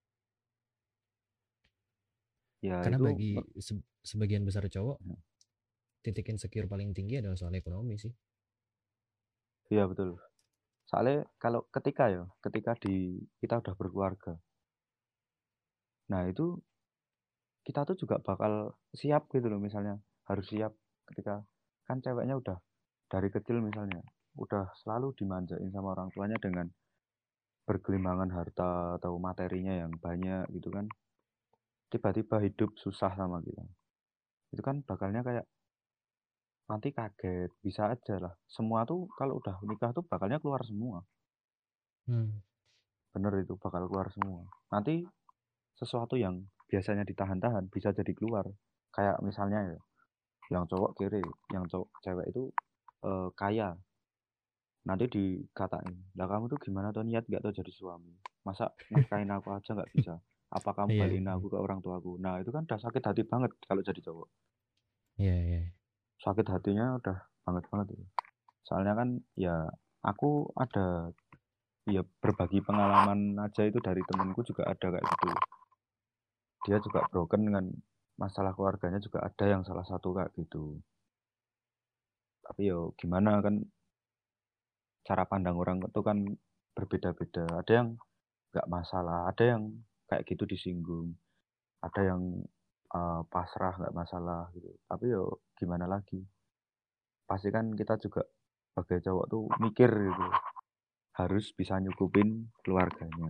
Ya Karena itu, bagi se- sebagian besar cowok, titik insecure paling tinggi adalah soal ekonomi sih. iya betul. Soalnya kalau ketika ya, ketika di kita udah berkeluarga, nah itu kita tuh juga bakal siap gitu loh, misalnya harus siap ketika kan ceweknya udah dari kecil misalnya udah selalu dimanjain sama orang tuanya dengan bergelimbangan harta atau materinya yang banyak gitu kan, tiba-tiba hidup susah sama kita, itu kan bakalnya kayak nanti kaget, bisa aja lah semua tuh kalau udah nikah tuh bakalnya keluar semua. Hmm. Bener, itu bakal keluar semua nanti. Sesuatu yang biasanya ditahan-tahan bisa jadi keluar, kayak misalnya ya yang cowok kiri, yang cowok cewek itu eh, kaya, nanti dikatain lah kamu tuh gimana tuh niat gak tuh jadi suami, masa nafkain aku aja nggak bisa, apa kamu Iya, balikin iya, aku ke orang tuaku. Nah itu kan udah sakit hati banget kalau jadi cowok, iya, iya. sakit hatinya udah banget banget itu. Soalnya kan ya aku ada ya berbagi pengalaman aja, itu dari temenku juga ada kayak gitu, dia juga broken dengan masalah keluarganya, juga ada yang salah satu kayak gitu. Tapi yo gimana kan, cara pandang orang itu kan berbeda-beda, ada yang nggak masalah, ada yang kayak gitu disinggung, ada yang uh, pasrah nggak masalah gitu. Tapi yo gimana lagi, pasti kan kita juga sebagai cowok tuh mikir gitu, harus bisa nyukupin keluarganya.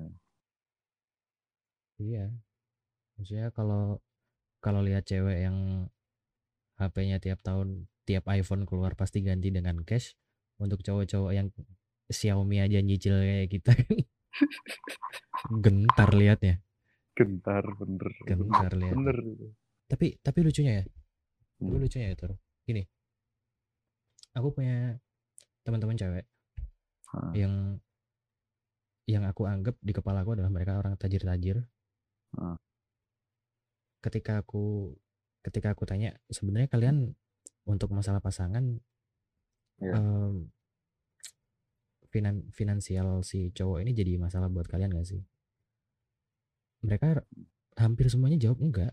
Iya. Maksudnya kalau kalau lihat cewek yang H P-nya tiap tahun tiap iPhone keluar pasti ganti dengan cash. Untuk cowok-cowok yang Xiaomi aja nyicil kayak kita kan gentar liatnya. Gentar bener. Gentar liatnya. Bener. Tapi tapi lucunya ya. Tapi Hmm. lucunya ya Tur. Gini. Aku punya teman-teman cewek Hah. yang yang aku anggap di kepala aku adalah mereka orang tajir-tajir. Hah. Ketika aku ketika aku tanya sebenarnya kalian untuk masalah pasangan Iya. em, finan finansial si cowok ini jadi masalah buat kalian gak sih? Mereka hampir semuanya jawab enggak.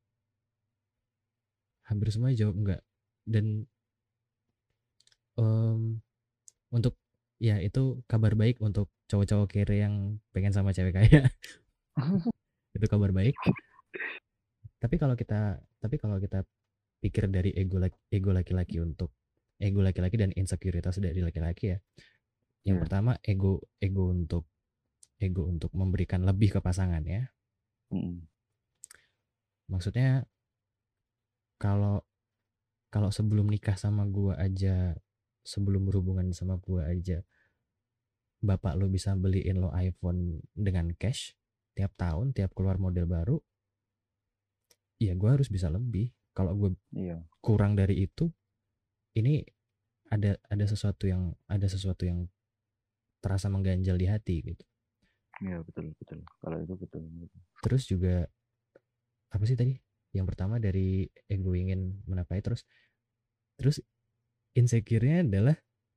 Hampir semuanya jawab enggak. Dan em, untuk ya itu kabar baik untuk cowok-cowok kere yang pengen sama cewek kaya. Itu kabar baik. Tapi kalau kita tapi kalau kita pikir dari ego laki- ego laki-laki untuk ego laki-laki dan insekuritas dari laki-laki ya. Yang Iya. pertama ego ego untuk ego untuk memberikan lebih ke pasangan ya. Mm-mm. Maksudnya kalau kalau sebelum nikah sama gua aja, sebelum berhubungan sama gua aja, bapak lo bisa beliin lo iPhone dengan cash tiap tahun, tiap keluar model baru, ya gua harus bisa lebih. Kalau gue Iya. kurang dari itu, ini ada ada sesuatu yang ada sesuatu yang terasa mengganjal di hati gitu. Iya betul betul. Kalau itu betul. betul. Terus juga apa sih tadi? Yang pertama dari ego ingin menafkahi, terus terus insecure-nya adalah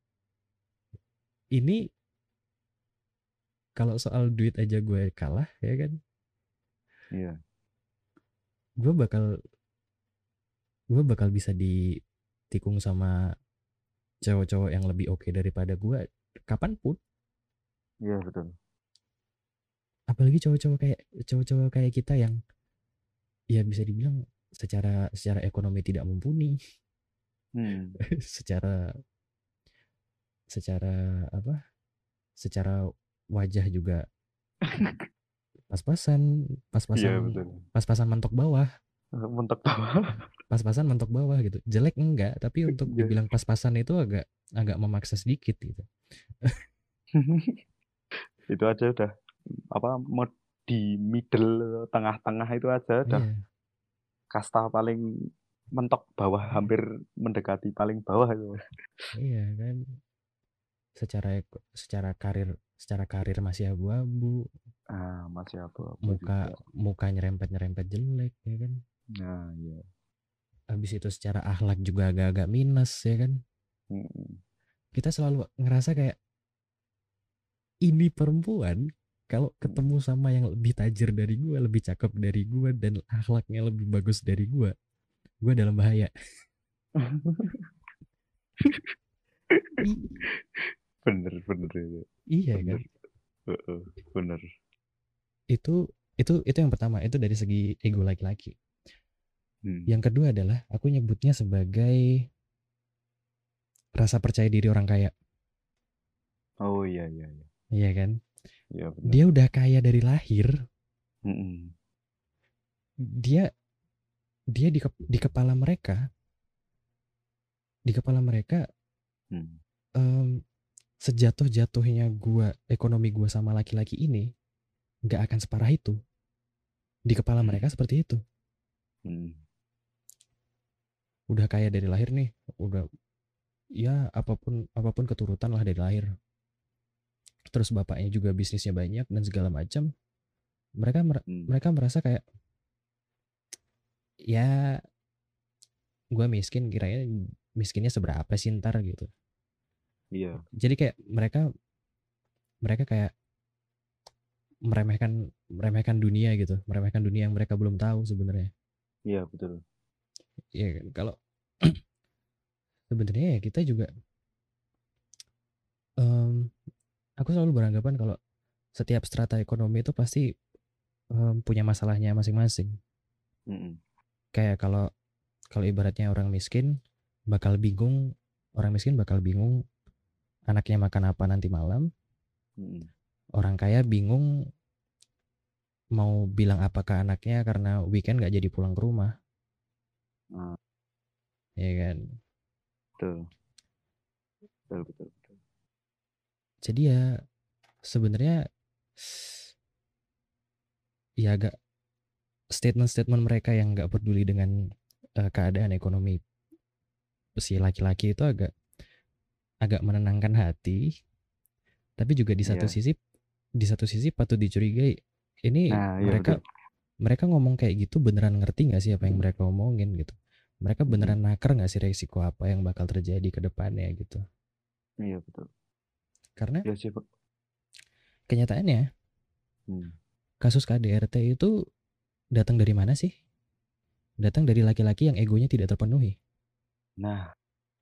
ini kalau soal duit aja gue kalah ya kan, Iya. gue bakal gue bakal bisa ditikung sama cowok-cowok yang lebih oke daripada gue kapanpun. Iya betul. Apalagi cowok-cowok kayak cowok-cowok kayak kita yang ya bisa dibilang secara secara ekonomi tidak mumpuni, Hmm. secara secara apa? Secara wajah juga pas-pasan, Iya pas-pasan, betul. pas-pasan mentok bawah, Mentok bawah. pas-pasan mentok bawah gitu. Jelek enggak, tapi untuk Iya. dibilang pas-pasan itu agak agak memaksa sedikit gitu. Itu aja udah apa mau di middle tengah-tengah itu aja udah Iya, kasta paling mentok bawah, iya, hampir mendekati paling bawah itu. iya kan. Secara ek- secara karir secara karir masih abu-abu, Ah, masih apa-apa muka juga. muka nyerempet-nyerempet jelek ya kan. Nah, iya. Habis itu secara akhlak juga agak-agak minus ya kan. Mm-mm. Kita selalu ngerasa kayak ini perempuan kalau ketemu sama yang lebih tajir dari gue, lebih cakep dari gue, dan akhlaknya lebih bagus dari gue, gue dalam bahaya. I- Bener bener itu. iya Bener. kan. Heeh, bener. Itu itu itu yang pertama, itu dari segi ego laki-laki. Hmm. Yang kedua adalah aku nyebutnya sebagai rasa percaya diri orang kaya. Oh iya iya iya. Iya kan? Iya bener. Dia udah kaya dari lahir. Mm-mm. Dia dia di kep- di kepala mereka, di kepala mereka Hmm. em, sejatuh-jatuhnya gua ekonomi gua sama laki-laki ini nggak akan separah itu. Di kepala mereka seperti itu. Hmm. Udah kaya dari lahir nih, udah ya apapun apapun keturutan lah dari lahir. Terus bapaknya juga bisnisnya banyak dan segala macam. Mereka mer- Hmm. mereka merasa kayak ya gue miskin, kiranya miskinnya seberapa sih ntar gitu. Iya. Jadi kayak mereka mereka kayak meremehkan meremehkan dunia gitu, meremehkan dunia yang mereka belum tahu sebenarnya. Iya betul. Ya kan? Kalau sebenarnya ya kita juga em, aku selalu beranggapan kalau setiap strata ekonomi itu pasti em, punya masalahnya masing-masing. Mm-mm. Kayak kalau kalau ibaratnya orang miskin bakal bingung, orang miskin bakal bingung anaknya makan apa nanti malam. Mm-mm. Orang kaya bingung mau bilang apa ke anaknya karena weekend gak jadi pulang ke rumah. Ah, Ya kan? betul. Betul, betul, betul. Jadi ya sebenarnya ya agak statement-statement mereka yang nggak peduli dengan uh, keadaan ekonomi si laki-laki itu agak agak menenangkan hati, tapi juga di satu Iya. sisi di satu sisi patut dicurigai. Ini Nah, iya mereka betul. mereka ngomong kayak gitu beneran ngerti nggak sih apa yang mereka omongin gitu? Mereka beneran Mm-mm. naker nggak sih resiko apa yang bakal terjadi ke depannya gitu? Iya betul. Karena Iya sih, Pak. kenyataannya Hmm. kasus K D R T itu datang dari mana sih? Datang dari laki-laki yang egonya tidak terpenuhi. Nah,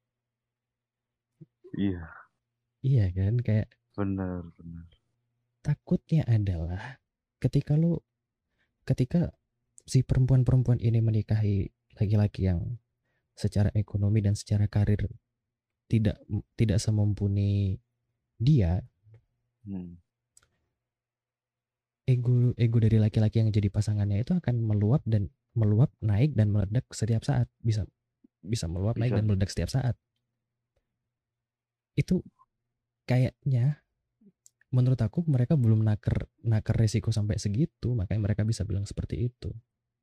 iya, Iya kan? Kayak benar, benar. takutnya adalah ketika lu ketika si perempuan-perempuan ini menikahi laki-laki yang secara ekonomi dan secara karir tidak tidak semumpuni dia, Hmm. ego ego dari laki-laki yang jadi pasangannya itu akan meluap dan meluap naik dan meledak setiap saat, bisa bisa meluap naik Bisa. dan meledak setiap saat. Itu kayaknya menurut aku mereka belum naker naker resiko sampai segitu, makanya mereka bisa bilang seperti itu.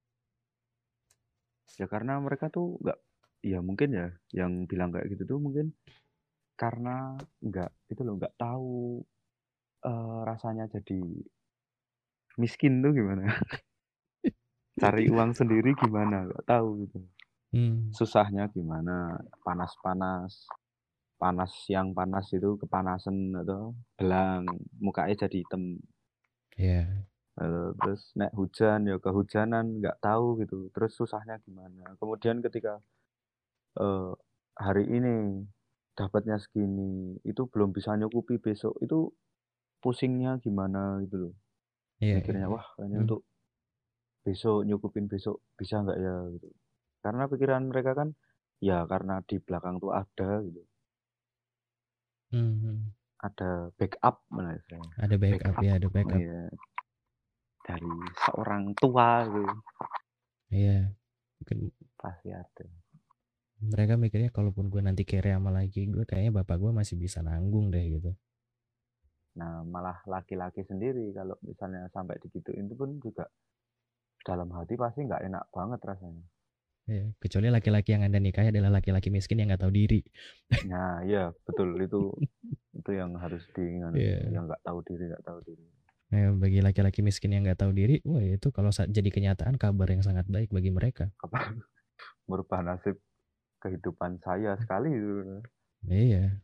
Ya karena mereka tuh nggak, ya mungkin ya, yang bilang kayak gitu tuh mungkin karena nggak itu loh, nggak tahu eh, rasanya jadi miskin tuh gimana, cari uang sendiri gimana, nggak tahu gitu. Hmm, Susahnya gimana, panas-panas, panas yang panas itu kepanasan atau belang, mukanya jadi hitam. ya, Eh, terus nek hujan ya kehujanan, nggak tahu gitu. Terus susahnya gimana. Kemudian ketika eh, hari ini dapatnya segini, itu belum bisa nyukupi besok, itu pusingnya gimana gitu loh. iya, iya, Mikirnya iya. wah kayaknya Hmm, untuk besok nyukupin besok bisa nggak ya gitu. Karena pikiran mereka kan ya karena di belakang tuh ada gitu. hmm, hmm. Ada backup mana istilahnya. Ada backup Backup ya, ada backup. ya, dari seorang tua gitu Iya, mungkin pasti ada. mereka mikirnya kalaupun gue nanti kere sama lagi gue, kayaknya bapak gue masih bisa nanggung deh gitu. Nah malah laki-laki sendiri kalau misalnya sampai digituin itu pun juga dalam hati pasti nggak enak banget rasanya. Ya, kecuali laki-laki yang anda nikahi adalah laki-laki miskin yang nggak tahu diri. Nah iya betul, itu itu yang harus diingat, Ya, yang nggak tahu diri, nggak tahu diri. nah, bagi laki-laki miskin yang nggak tahu diri, wah itu kalau saat jadi kenyataan kabar yang sangat baik bagi mereka. Apa merubah nasib kehidupan saya sekali itu. Iya,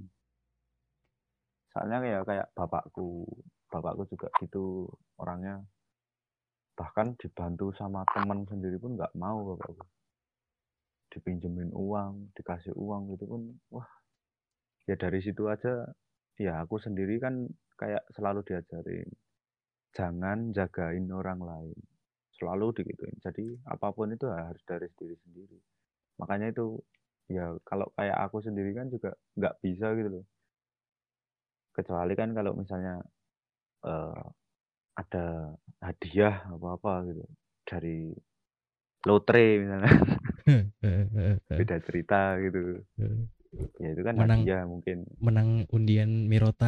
Soalnya ya kayak bapakku, bapakku juga gitu orangnya, bahkan dibantu sama teman sendiri pun nggak mau bapakku, dipinjemin uang, dikasih uang gitu pun wah. Ya dari situ aja ya aku sendiri kan kayak selalu diajarin jangan jagain orang lain, selalu digituin. Jadi apapun itu harus dari diri sendiri. Makanya itu ya kalau kayak aku sendiri kan juga nggak bisa gitu loh, kecuali kan kalau misalnya eh, ada hadiah apa-apa gitu dari lotre misalnya, beda cerita gitu. Ya itu kan menang hadiah mungkin. menang undian Mirota,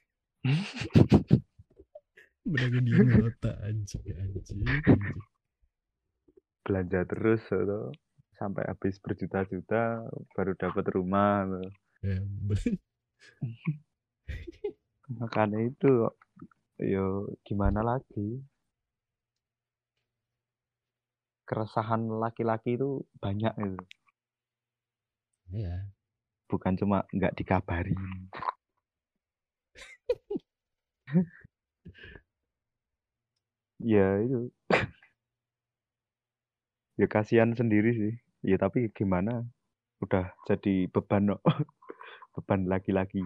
menang undian Mirota, anjing, anjing, anjing. Belanja terus gitu, sampai habis berjuta-juta baru dapat rumah gitu. Ya, Makanya itu yo gimana lagi, keresahan laki-laki itu banyak itu, ya. bukan cuma nggak dikabari. Ya itu ya kasihan sendiri sih, ya tapi gimana, udah jadi beban no. Beban laki-laki,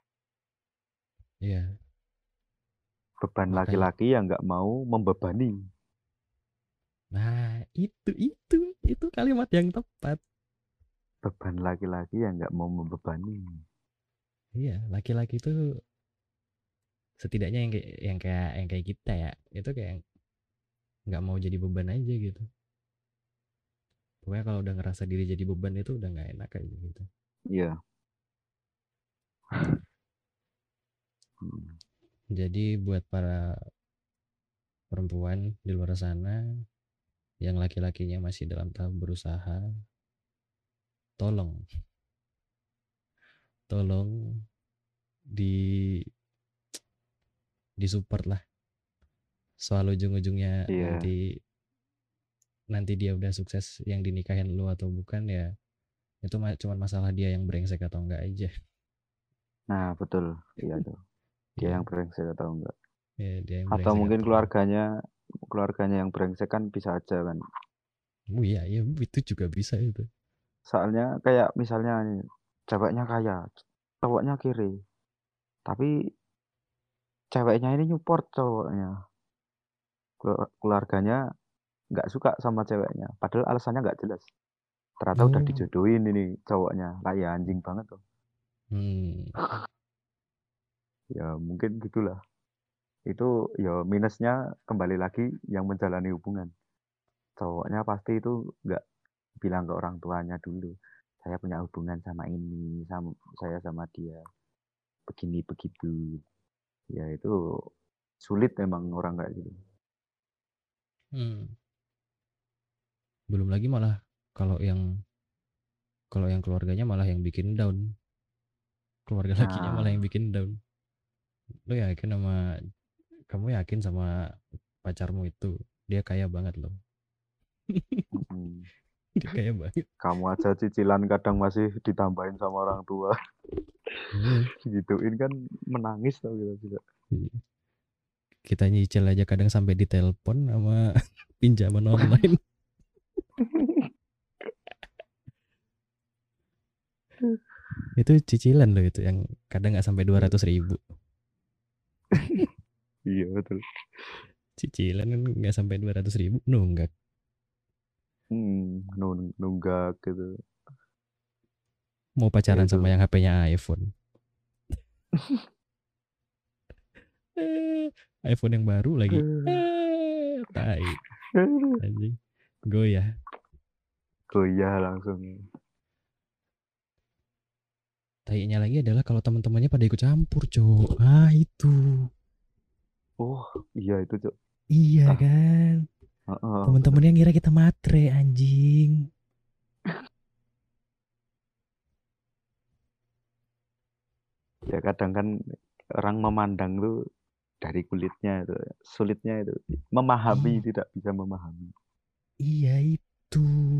Iya, beban makanya. laki-laki yang nggak mau membebani. Nah, itu itu itu kalimat yang tepat. Beban laki-laki yang nggak mau membebani. Iya, laki-laki itu setidaknya yang kayak yang kayak yang kayak kita ya, itu kayak nggak mau jadi beban aja gitu. Pokoknya kalau udah ngerasa diri jadi beban itu udah nggak enak kayak gitu. Iya. Hmm. Jadi buat para perempuan di luar sana yang laki-lakinya masih dalam tahap berusaha, tolong, tolong di disupport lah. Soal ujung-ujungnya Iya. nanti nanti dia udah sukses yang dinikahin lu atau bukan ya itu ma- cuma masalah dia yang brengsek atau enggak aja. Nah, betul. Iya tuh. Dia Iya, yang brengsek atau enggak. ya, dia yang Atau brengsek mungkin atau enggak. keluarganya keluarganya yang brengsek kan bisa aja kan. Oh iya, iya itu juga bisa itu. Soalnya kayak misalnya nih, ceweknya kaya, cowoknya kiri. Tapi ceweknya ini nyupport cowoknya. Kelu- Keluarganya nggak suka sama ceweknya. Padahal alasannya nggak jelas. Ternyata udah Oh, dijodohin ini cowoknya. Lah ya anjing banget tuh. hmm, Ya mungkin gitulah. Itu ya minusnya kembali lagi yang menjalani hubungan. Cowoknya pasti itu nggak bilang ke orang tuanya dulu. Saya punya hubungan sama ini, sama saya sama dia. Begini begitu. Ya itu sulit memang orang kayak gitu. hmm. Belum lagi malah kalau yang kalau yang keluarganya malah yang bikin down, keluarga lakinya malah Nah, yang bikin down. Lo yakin sama kamu yakin sama pacarmu itu dia kaya banget loh. mm-mm. Dia kaya banget. Kamu aja cicilan kadang masih ditambahin sama orang tua. Iya. Gituin kan menangis tau gitu juga. Kita nyicil aja kadang sampai ditelepon sama pinjaman online. Itu cicilan loh itu yang kadang nggak sampai dua ratus ribu. Iya betul. Cicilan kan nggak sampai dua ratus ribu nunggak. Hmm, nun- nunggak gitu. Mau Ya pacaran sama itu. yang H P-nya iPhone. Eh, iPhone yang baru lagi. Eh, tai. Anjing. Goyah. Goyah langsung. Tainya lagi adalah kalau teman-temannya pada ikut campur, Cok. Ah, itu. Oh iya itu cok. Iya Ah, kan? heeh, bener. Teman-temannya ngira kita matre anjing. Ya kadang kan orang memandang tuh dari kulitnya itu sulitnya itu memahami Ih, tidak bisa memahami. iya itu.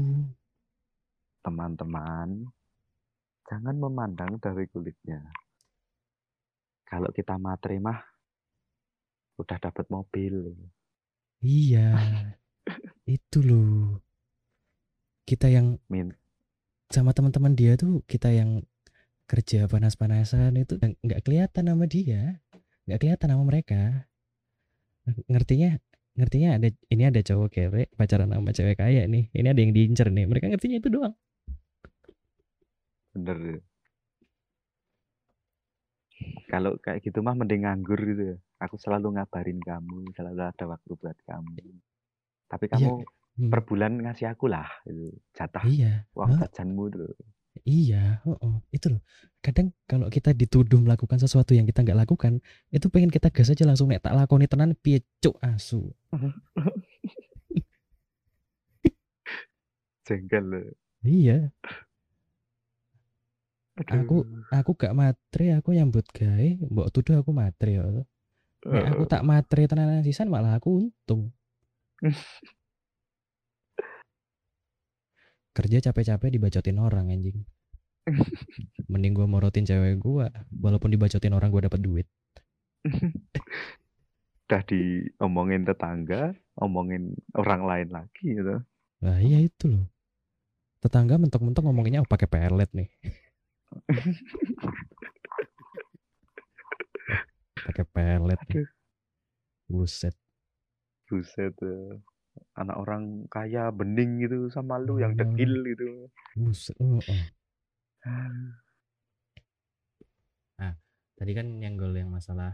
Teman-teman jangan memandang dari kulitnya. Kalau kita matre mah udah dapat mobil. Iya, itu loh. Kita yang Min sama teman-teman dia tuh kita yang kerja panas-panasan itu nggak kelihatan sama dia, nggak kelihatan sama mereka. Ngertinya ngertinya ada ini ada cowok kere pacaran sama cewek kaya nih. Ini ada yang diincer nih. Mereka ngertinya itu doang. bener. Kalau kayak gitu mah mending nganggur gitu ya. Aku selalu ngabarin kamu, selalu ada waktu buat kamu. Tapi kamu Iya, hmm, per bulan ngasih aku lah itu jatah iya, uang hah? jajanmu tuh. Iya, oh, oh. Itu loh. Kadang kalau kita dituduh melakukan sesuatu yang kita nggak lakukan, itu pengen kita gas aja langsung nek tak lakoni tenan piye cuk asu. Jengkel loh. Iya, aku Aduh. aku gak matre, aku nyambut gawe, mbok tuduh aku matre ya. Nek aku tak matre tenanan sisan malah aku untung. Kerja capek-capek dibacotin orang anjing. Mending gua morotin cewek gua, walaupun dibacotin orang gua dapat duit. Udah diomongin tetangga, omongin orang lain lagi gitu. Nah iya itu loh. Tetangga mentok-mentok ngomonginnya oh pakai pelet nih. Oh, pakai pelet nih. Aduh, Buset. buset. eh. Anak orang kaya bening gitu sama lu yang Mana dekil orang gitu. buset. Oh, oh. Nah, tadi kan yang gol yang masalah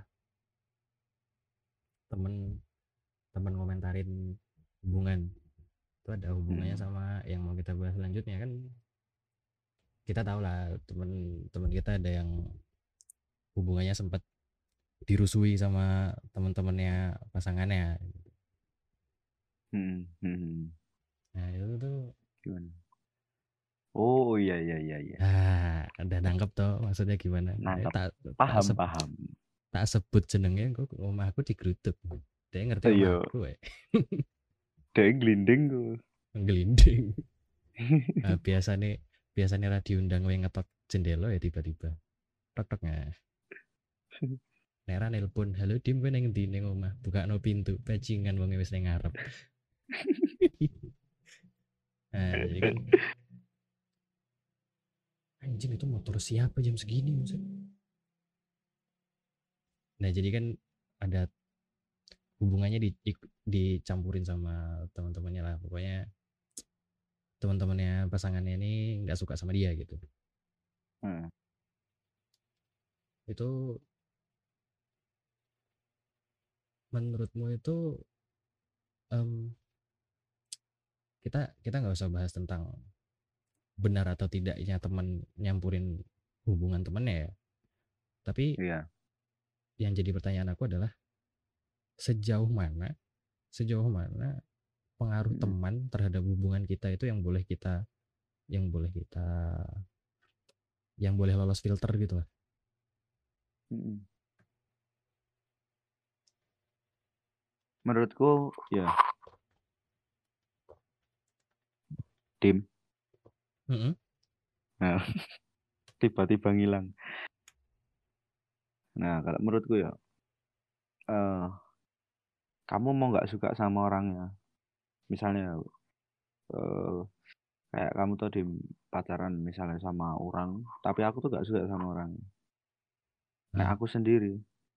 temen temen ngomentarin hubungan itu ada hubungannya Hmm. sama yang mau kita bahas selanjutnya kan kita tahu lah teman-teman kita ada yang hubungannya sempat dirusui sama teman-temannya pasangannya. Hmm, hmm. Nah itu tuh, Gimana? Oh iya iya iya iya. ah udah nangkep toh maksudnya gimana. Nah, Nangkep. tak tak Paham seb, paham. tak sebut jenengnya, kok omah aku digeruduk. Dia ngerti omah Iya, aku, we. dek glinding ku. Ngelinding. Nah, biasanya biasanya lah diundang we ngetok jendela ya tiba-tiba tok tok nah. Nera nelpon, halo Dim, kowe nang ndi ning omah? Bukakno pintu, bajingan wong wis ning ngarep. Nah, jadi kan anjing itu motor siapa jam segini maksud. Nah, jadi kan ada hubungannya di, di dicampurin sama teman-temannya lah. Pokoknya teman-temannya pasangannya ini nggak suka sama dia gitu. Hmm. Itu menurutmu itu em, kita kita nggak usah bahas tentang benar atau tidaknya teman nyampurin hubungan temennya ya. Tapi Iya. yang jadi pertanyaan aku adalah sejauh mana sejauh mana pengaruh Hmm, teman terhadap hubungan kita itu yang boleh kita yang boleh kita yang boleh lolos filter gitu lah. hmm. Menurutku ya Dim. Mm-mm. Nah, tiba-tiba ngilang. Nah, kalau menurutku ya, eh kamu mau nggak suka sama orangnya, misalnya eh kayak kamu tuh di pacaran misalnya sama orang, tapi aku tuh nggak suka sama orang. Nah, Nah, aku sendiri,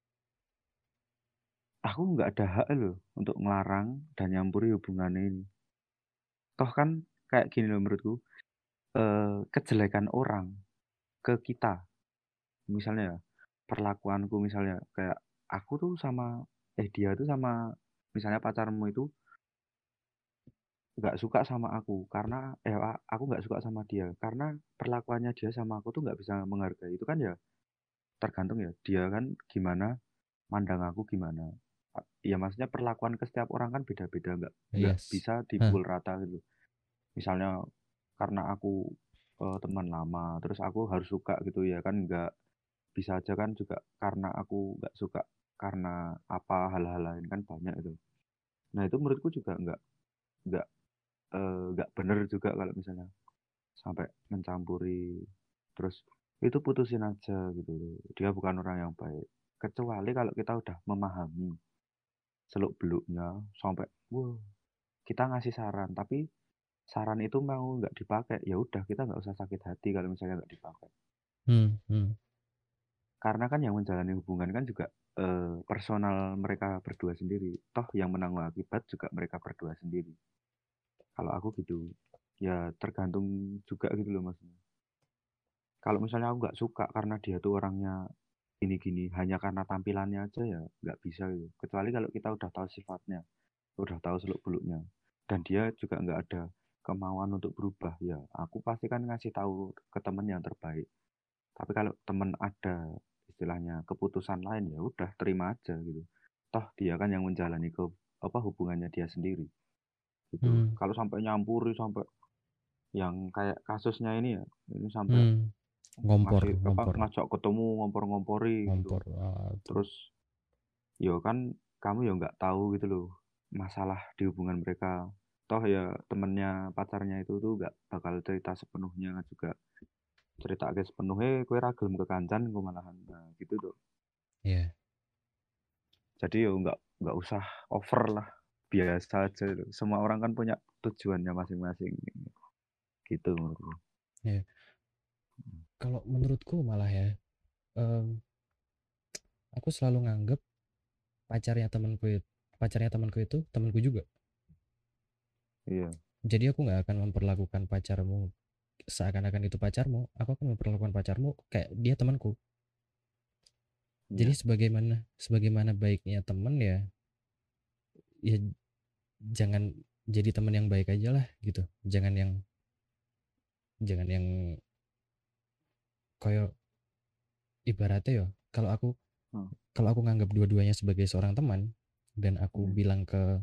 aku nggak ada hak loh untuk ngelarang dan nyampuri hubungan ini. Toh kan kayak gini loh menurutku, eh kejelekan orang ke kita, misalnya ya, perlakuanku misalnya kayak aku tuh sama eh dia tuh sama misalnya pacarmu itu nggak suka sama aku karena eh a- aku nggak suka sama dia karena perlakuannya dia sama aku tuh nggak bisa menghargai itu kan ya tergantung ya dia kan gimana mandang aku gimana. A- ya maksudnya perlakuan ke setiap orang kan beda-beda nggak nggak yes. bisa Hah, dipukul rata gitu misalnya karena aku eh, teman lama terus aku harus suka gitu ya kan nggak bisa aja kan juga karena aku nggak suka karena apa hal-hal lain kan banyak itu. Nah itu menurutku juga nggak nggak eh, nggak bener juga kalau misalnya sampai mencampuri terus itu putusin aja gitu loh. Dia bukan orang yang baik kecuali kalau kita udah memahami seluk beluknya sampai wah kita ngasih saran tapi saran itu mau nggak dipakai ya udah kita nggak usah sakit hati kalau misalnya nggak dipakai hmm, hmm. karena kan yang menjalani hubungan kan juga eh, personal mereka berdua sendiri toh yang menanggung akibat juga mereka berdua sendiri kalau aku gitu ya tergantung juga gitu loh maksudnya. Kalau misalnya aku nggak suka karena dia tuh orangnya gini-gini, hanya karena tampilannya aja ya nggak bisa gitu. Kecuali kalau kita udah tahu sifatnya, udah tahu seluk-beluknya, dan dia juga nggak ada kemauan untuk berubah, ya aku pasti kan ngasih tahu ke temen yang terbaik. Tapi kalau temen ada istilahnya keputusan lain ya udah terima aja gitu. Toh dia kan yang menjalani ke apa hubungannya dia sendiri gitu. Hmm, Kalau sampai nyampuri sampai yang kayak kasusnya ini ya, ini sampai hmm. Ngompor, ngasih apa ngompor, ngajak ketemu ngompor-ngompori gitu ngompor. Ah, tuh. terus yo kan kamu ya nggak tahu gitu loh masalah di hubungan mereka toh ya temennya pacarnya itu tuh nggak bakal cerita sepenuhnya juga cerita ke sepenuhnya kue ragilem ke kancan kok malahan nah, gitu tuh Iya. jadi yo nggak nggak usah over lah biasa aja gitu. Semua orang kan punya tujuannya masing-masing gitu menurutku. Iya. Kalau menurutku malah ya, em, aku selalu nganggep pacarnya temanku itu, pacarnya temanku itu temanku juga. Iya Jadi aku nggak akan memperlakukan pacarmu seakan-akan itu pacarmu. Aku akan memperlakukan pacarmu kayak dia temanku. Jadi iya sebagaimana sebagaimana baiknya teman ya, ya jangan jadi teman yang baik aja lah gitu. Jangan yang jangan yang Kayak ibaratnya ya, kalau aku Hmm. kalau aku nganggap dua-duanya sebagai seorang teman dan aku Hmm. bilang ke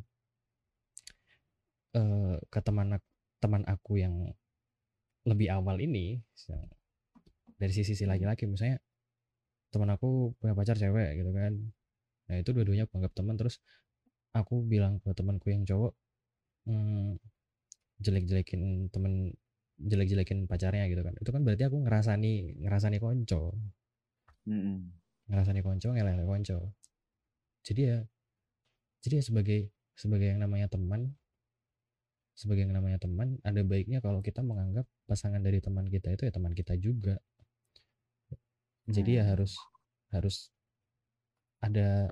eh, ke teman ak- teman aku yang lebih awal ini, yang dari sisi si Hmm. laki-laki, misalnya teman aku punya pacar cewek gitu kan, nah itu dua-duanya aku anggap teman, terus aku bilang ke temanku yang cowok, hmm, jelek-jelekin temen jelek-jelekin pacarnya gitu kan, itu kan berarti aku ngerasani ngerasani konco Hmm. ngerasani konco ngelele konco. Jadi ya jadi ya sebagai sebagai yang namanya teman sebagai yang namanya teman ada baiknya kalau kita menganggap pasangan dari teman kita itu ya teman kita juga. Jadi ya Hmm. harus harus ada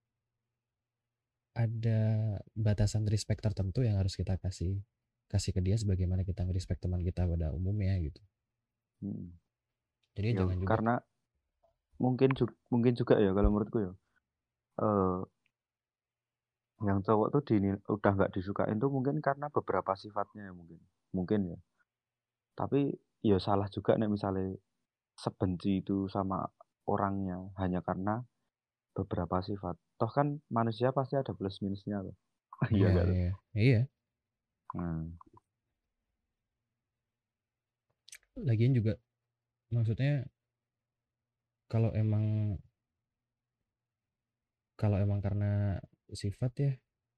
ada batasan respect tertentu yang harus kita kasih kasih ke dia sebagaimana kita nge-respect teman kita pada umumnya gitu. Hmm. Jadi ya Ya jangan juga karena mungkin juga, mungkin juga ya kalau menurutku ya, eh, yang cowok tuh dini, udah nggak disukain tuh mungkin karena beberapa sifatnya ya, mungkin mungkin ya. Tapi ya salah juga nih misalnya sebenci itu sama orangnya hanya karena beberapa sifat. Toh kan manusia pasti ada plus minusnya loh. Iya iya nggak tuh? iya iya. Hmm. Lagian juga maksudnya kalau emang kalau emang karena sifat ya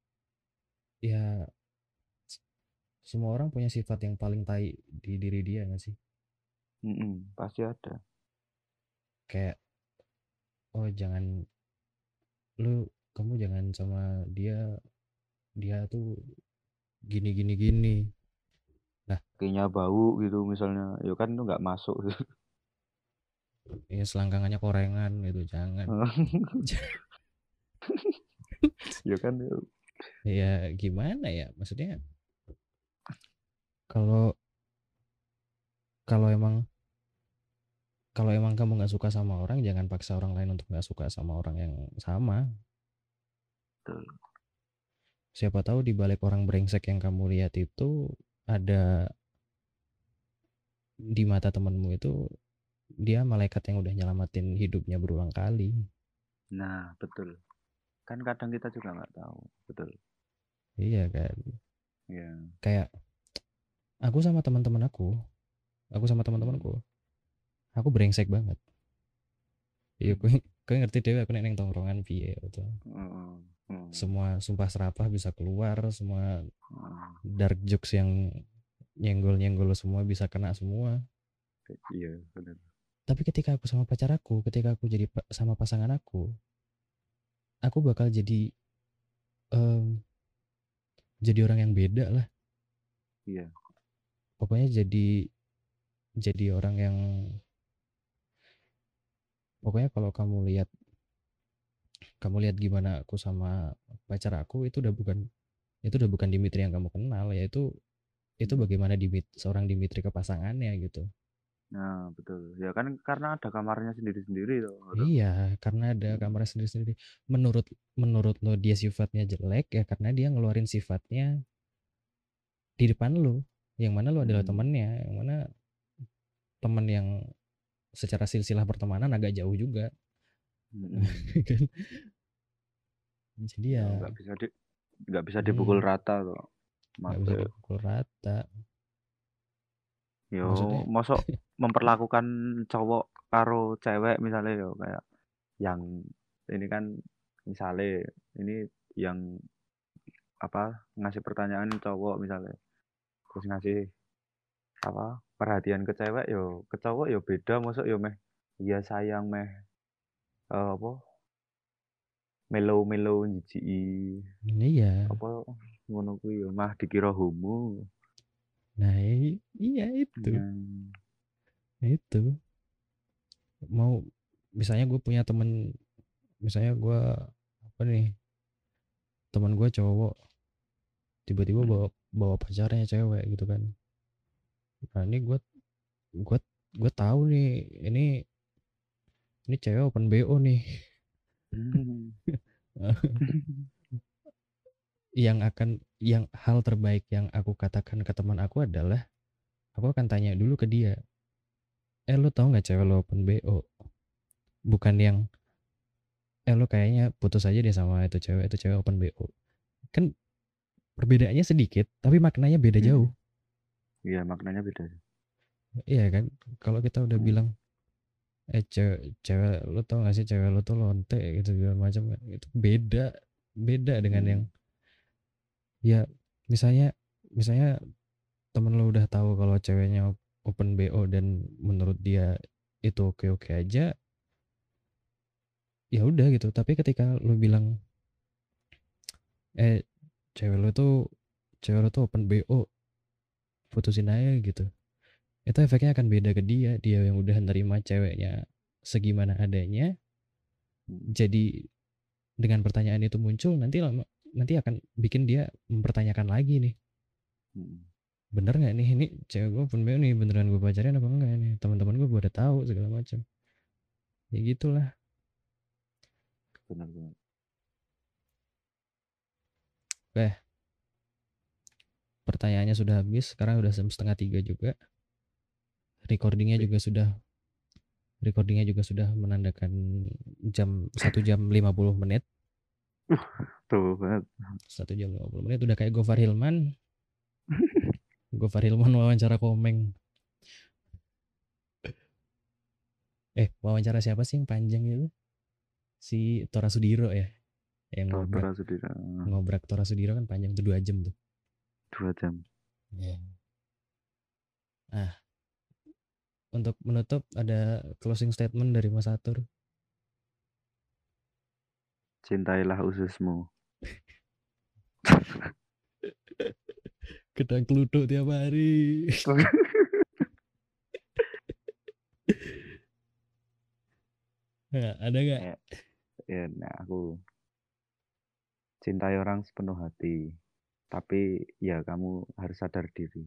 ya semua orang punya sifat yang paling tai di diri dia nggak sih? Mm-mm, pasti ada. Kayak oh jangan lu kamu jangan sama dia dia tuh gini gini gini. Nah, Kayaknya bau gitu misalnya, ya kan itu nggak masuk gitu. ya selangkangannya korengan gitu jangan. Ya kan, Ya gimana ya? Maksudnya kalau kalau emang kalau emang kamu nggak suka sama orang jangan paksa orang lain untuk nggak suka sama orang yang sama. betul. Siapa tahu di balik orang brengsek yang kamu lihat itu ada di mata temanmu itu dia malaikat yang udah nyelamatin hidupnya berulang kali. Nah, betul. Kan kadang kita juga nggak tahu. Betul. Iya kan? Ya. Kayak aku sama teman-teman aku, aku sama Hmm. teman-temanku, aku brengsek banget. Iya, Hmm. kau, kau ngerti deh aku neng tongkrongan piye gitu. Hmm. Hmm. Semua sumpah serapah bisa keluar, semua Hmm. dark jokes yang nyenggol-nyenggol semua bisa kena semua. Iya, benar. Tapi ketika aku sama pacar aku, ketika aku jadi pa- sama pasangan aku, aku bakal jadi em, jadi orang yang beda lah. Iya. Pokoknya jadi jadi orang yang pokoknya kalau kamu lihat kamu lihat gimana aku sama pacar aku itu udah bukan itu udah bukan Dimitri yang kamu kenal, yaitu itu Hmm. bagaimana Dimit, seorang Dimitri ke pasangannya gitu. Nah, betul. Ya kan karena ada kamarnya sendiri-sendiri tuh. Betul. Iya, karena ada Hmm. kamarnya sendiri-sendiri. Menurut menurut lo dia sifatnya jelek ya karena dia ngeluarin sifatnya di depan lo. Yang mana lo adalah Hmm. temennya, yang mana temen yang secara silsilah pertemanan agak jauh juga. Hmm. Kan? Jadi Ya ya nggak bisa di nggak bisa dipukul hmm, rata tuh. nggak bisa Mate. dipukul rata. Yo, Maksudnya mosok memperlakukan cowok karo cewek misalnya yo kayak yang ini kan misalnya ini yang apa ngasih pertanyaan cowok misalnya terus ngasih apa perhatian ke cewek yo ke cowok yo beda mosok yo meh iya sayang meh eh, apa melo-melo njijiki iya. apa ngono kuwi yo mah dikira homo. Nah, iya itu. Hmm. Itu mau misalnya gue punya temen, misalnya gue apa nih, teman gue cowok tiba-tiba Hmm. bawa bawa pacarnya cewek gitu kan. Nah ini gue gue gue tahu nih ini ini cewek open B O nih. Hmm. Yang akan yang hal terbaik yang aku katakan ke teman aku adalah aku akan tanya dulu ke dia, eh lu tahu nggak cewek lo open B O? Bukan yang eh lu kayaknya putus aja deh sama itu cewek, itu cewek open B O. Kan perbedaannya sedikit, tapi maknanya beda Hmm. jauh. Iya, maknanya beda. Iya kan? Kalau kita udah Hmm. bilang eh cewek, cewek lu tau gak sih cewek lu tuh lonte gitu segala macam, itu beda beda dengan Hmm. yang ya misalnya misalnya temen lu udah tahu kalau ceweknya open B O dan menurut dia itu oke-oke aja, ya udah gitu. Tapi ketika lu bilang eh cewek lu tuh cewek lu tuh open B O, putusin aja gitu, itu efeknya akan beda ke dia. Dia yang udah nerima ceweknya segimana adanya, Hmm. jadi dengan pertanyaan itu muncul, nanti lama nanti akan bikin dia mempertanyakan lagi nih, Hmm. bener nggak nih ini cewek gue open B O nih, beneran gue pacarin apa enggak nih, teman-teman gue gue udah tahu segala macam, ya gitulah. Benar-benar. Eh, pertanyaannya sudah habis, sekarang udah jam setengah tiga juga, recordingnya juga sudah recordingnya juga sudah menandakan jam satu jam lima puluh menit. Tuh banget. Satu jam lima puluh menit udah kayak Gofar Hilman. Gofar Hilman wawancara Komeng. Eh, wawancara siapa sih yang panjang itu? Si Tora Sudiro ya, yang ngobrak Tora Sudiro. ngobrak Tora Sudiro kan panjang tuh, dua jam tuh. Dua jam. Yeah. Ah, untuk menutup ada closing statement dari Mas Atur. Cintailah ususmu. Kedang keluduk tiap hari. Nah, ada nggak? ya, ya, nah aku cintai orang sepenuh hati, tapi ya kamu harus sadar diri.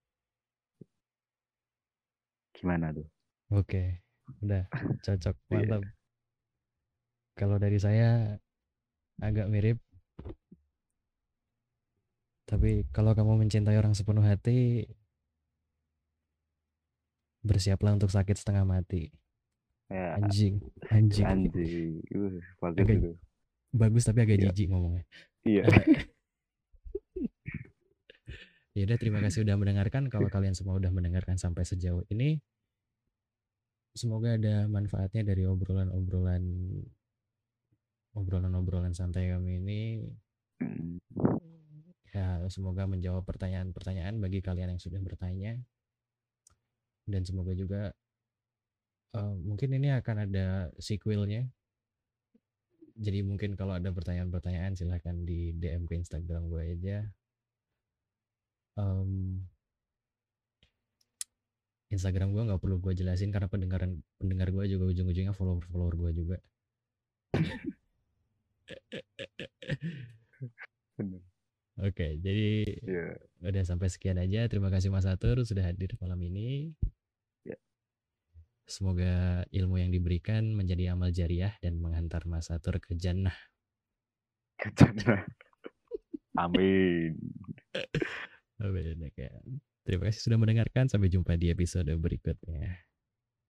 Gimana tuh? Oke, udah cocok, Iya. mantap. Kalau dari saya agak mirip, tapi kalau kamu mencintai orang sepenuh hati, bersiaplah untuk sakit setengah mati. Ya, Anjing, anjing. anjing. Uh, bagus Agak itu. bagus tapi agak Iya. jijik ngomongnya. Iya. Uh, ya udah, terima kasih udah mendengarkan. Kalau kalian semua udah mendengarkan sampai sejauh ini, semoga ada manfaatnya dari obrolan-obrolan obrolan-obrolan santai kami ini. Hmm. Ya, semoga menjawab pertanyaan-pertanyaan bagi kalian yang sudah bertanya. Dan semoga juga uh, mungkin ini akan ada sequelnya. Jadi mungkin kalau ada pertanyaan-pertanyaan silahkan di D M ke Instagram gue aja. Um, Instagram gue nggak perlu gue jelasin karena pendengaran pendengar gue juga ujung-ujungnya follower-follower gue juga. Bener. Oke, jadi Iya. udah sampai sekian aja. Terima kasih Mas Atur sudah hadir malam ini. Ya. Semoga ilmu yang diberikan menjadi amal jariah dan menghantar Mas Atur ke jannah. Ke jannah. Amin. Terima kasih sudah mendengarkan. Sampai jumpa di episode berikutnya.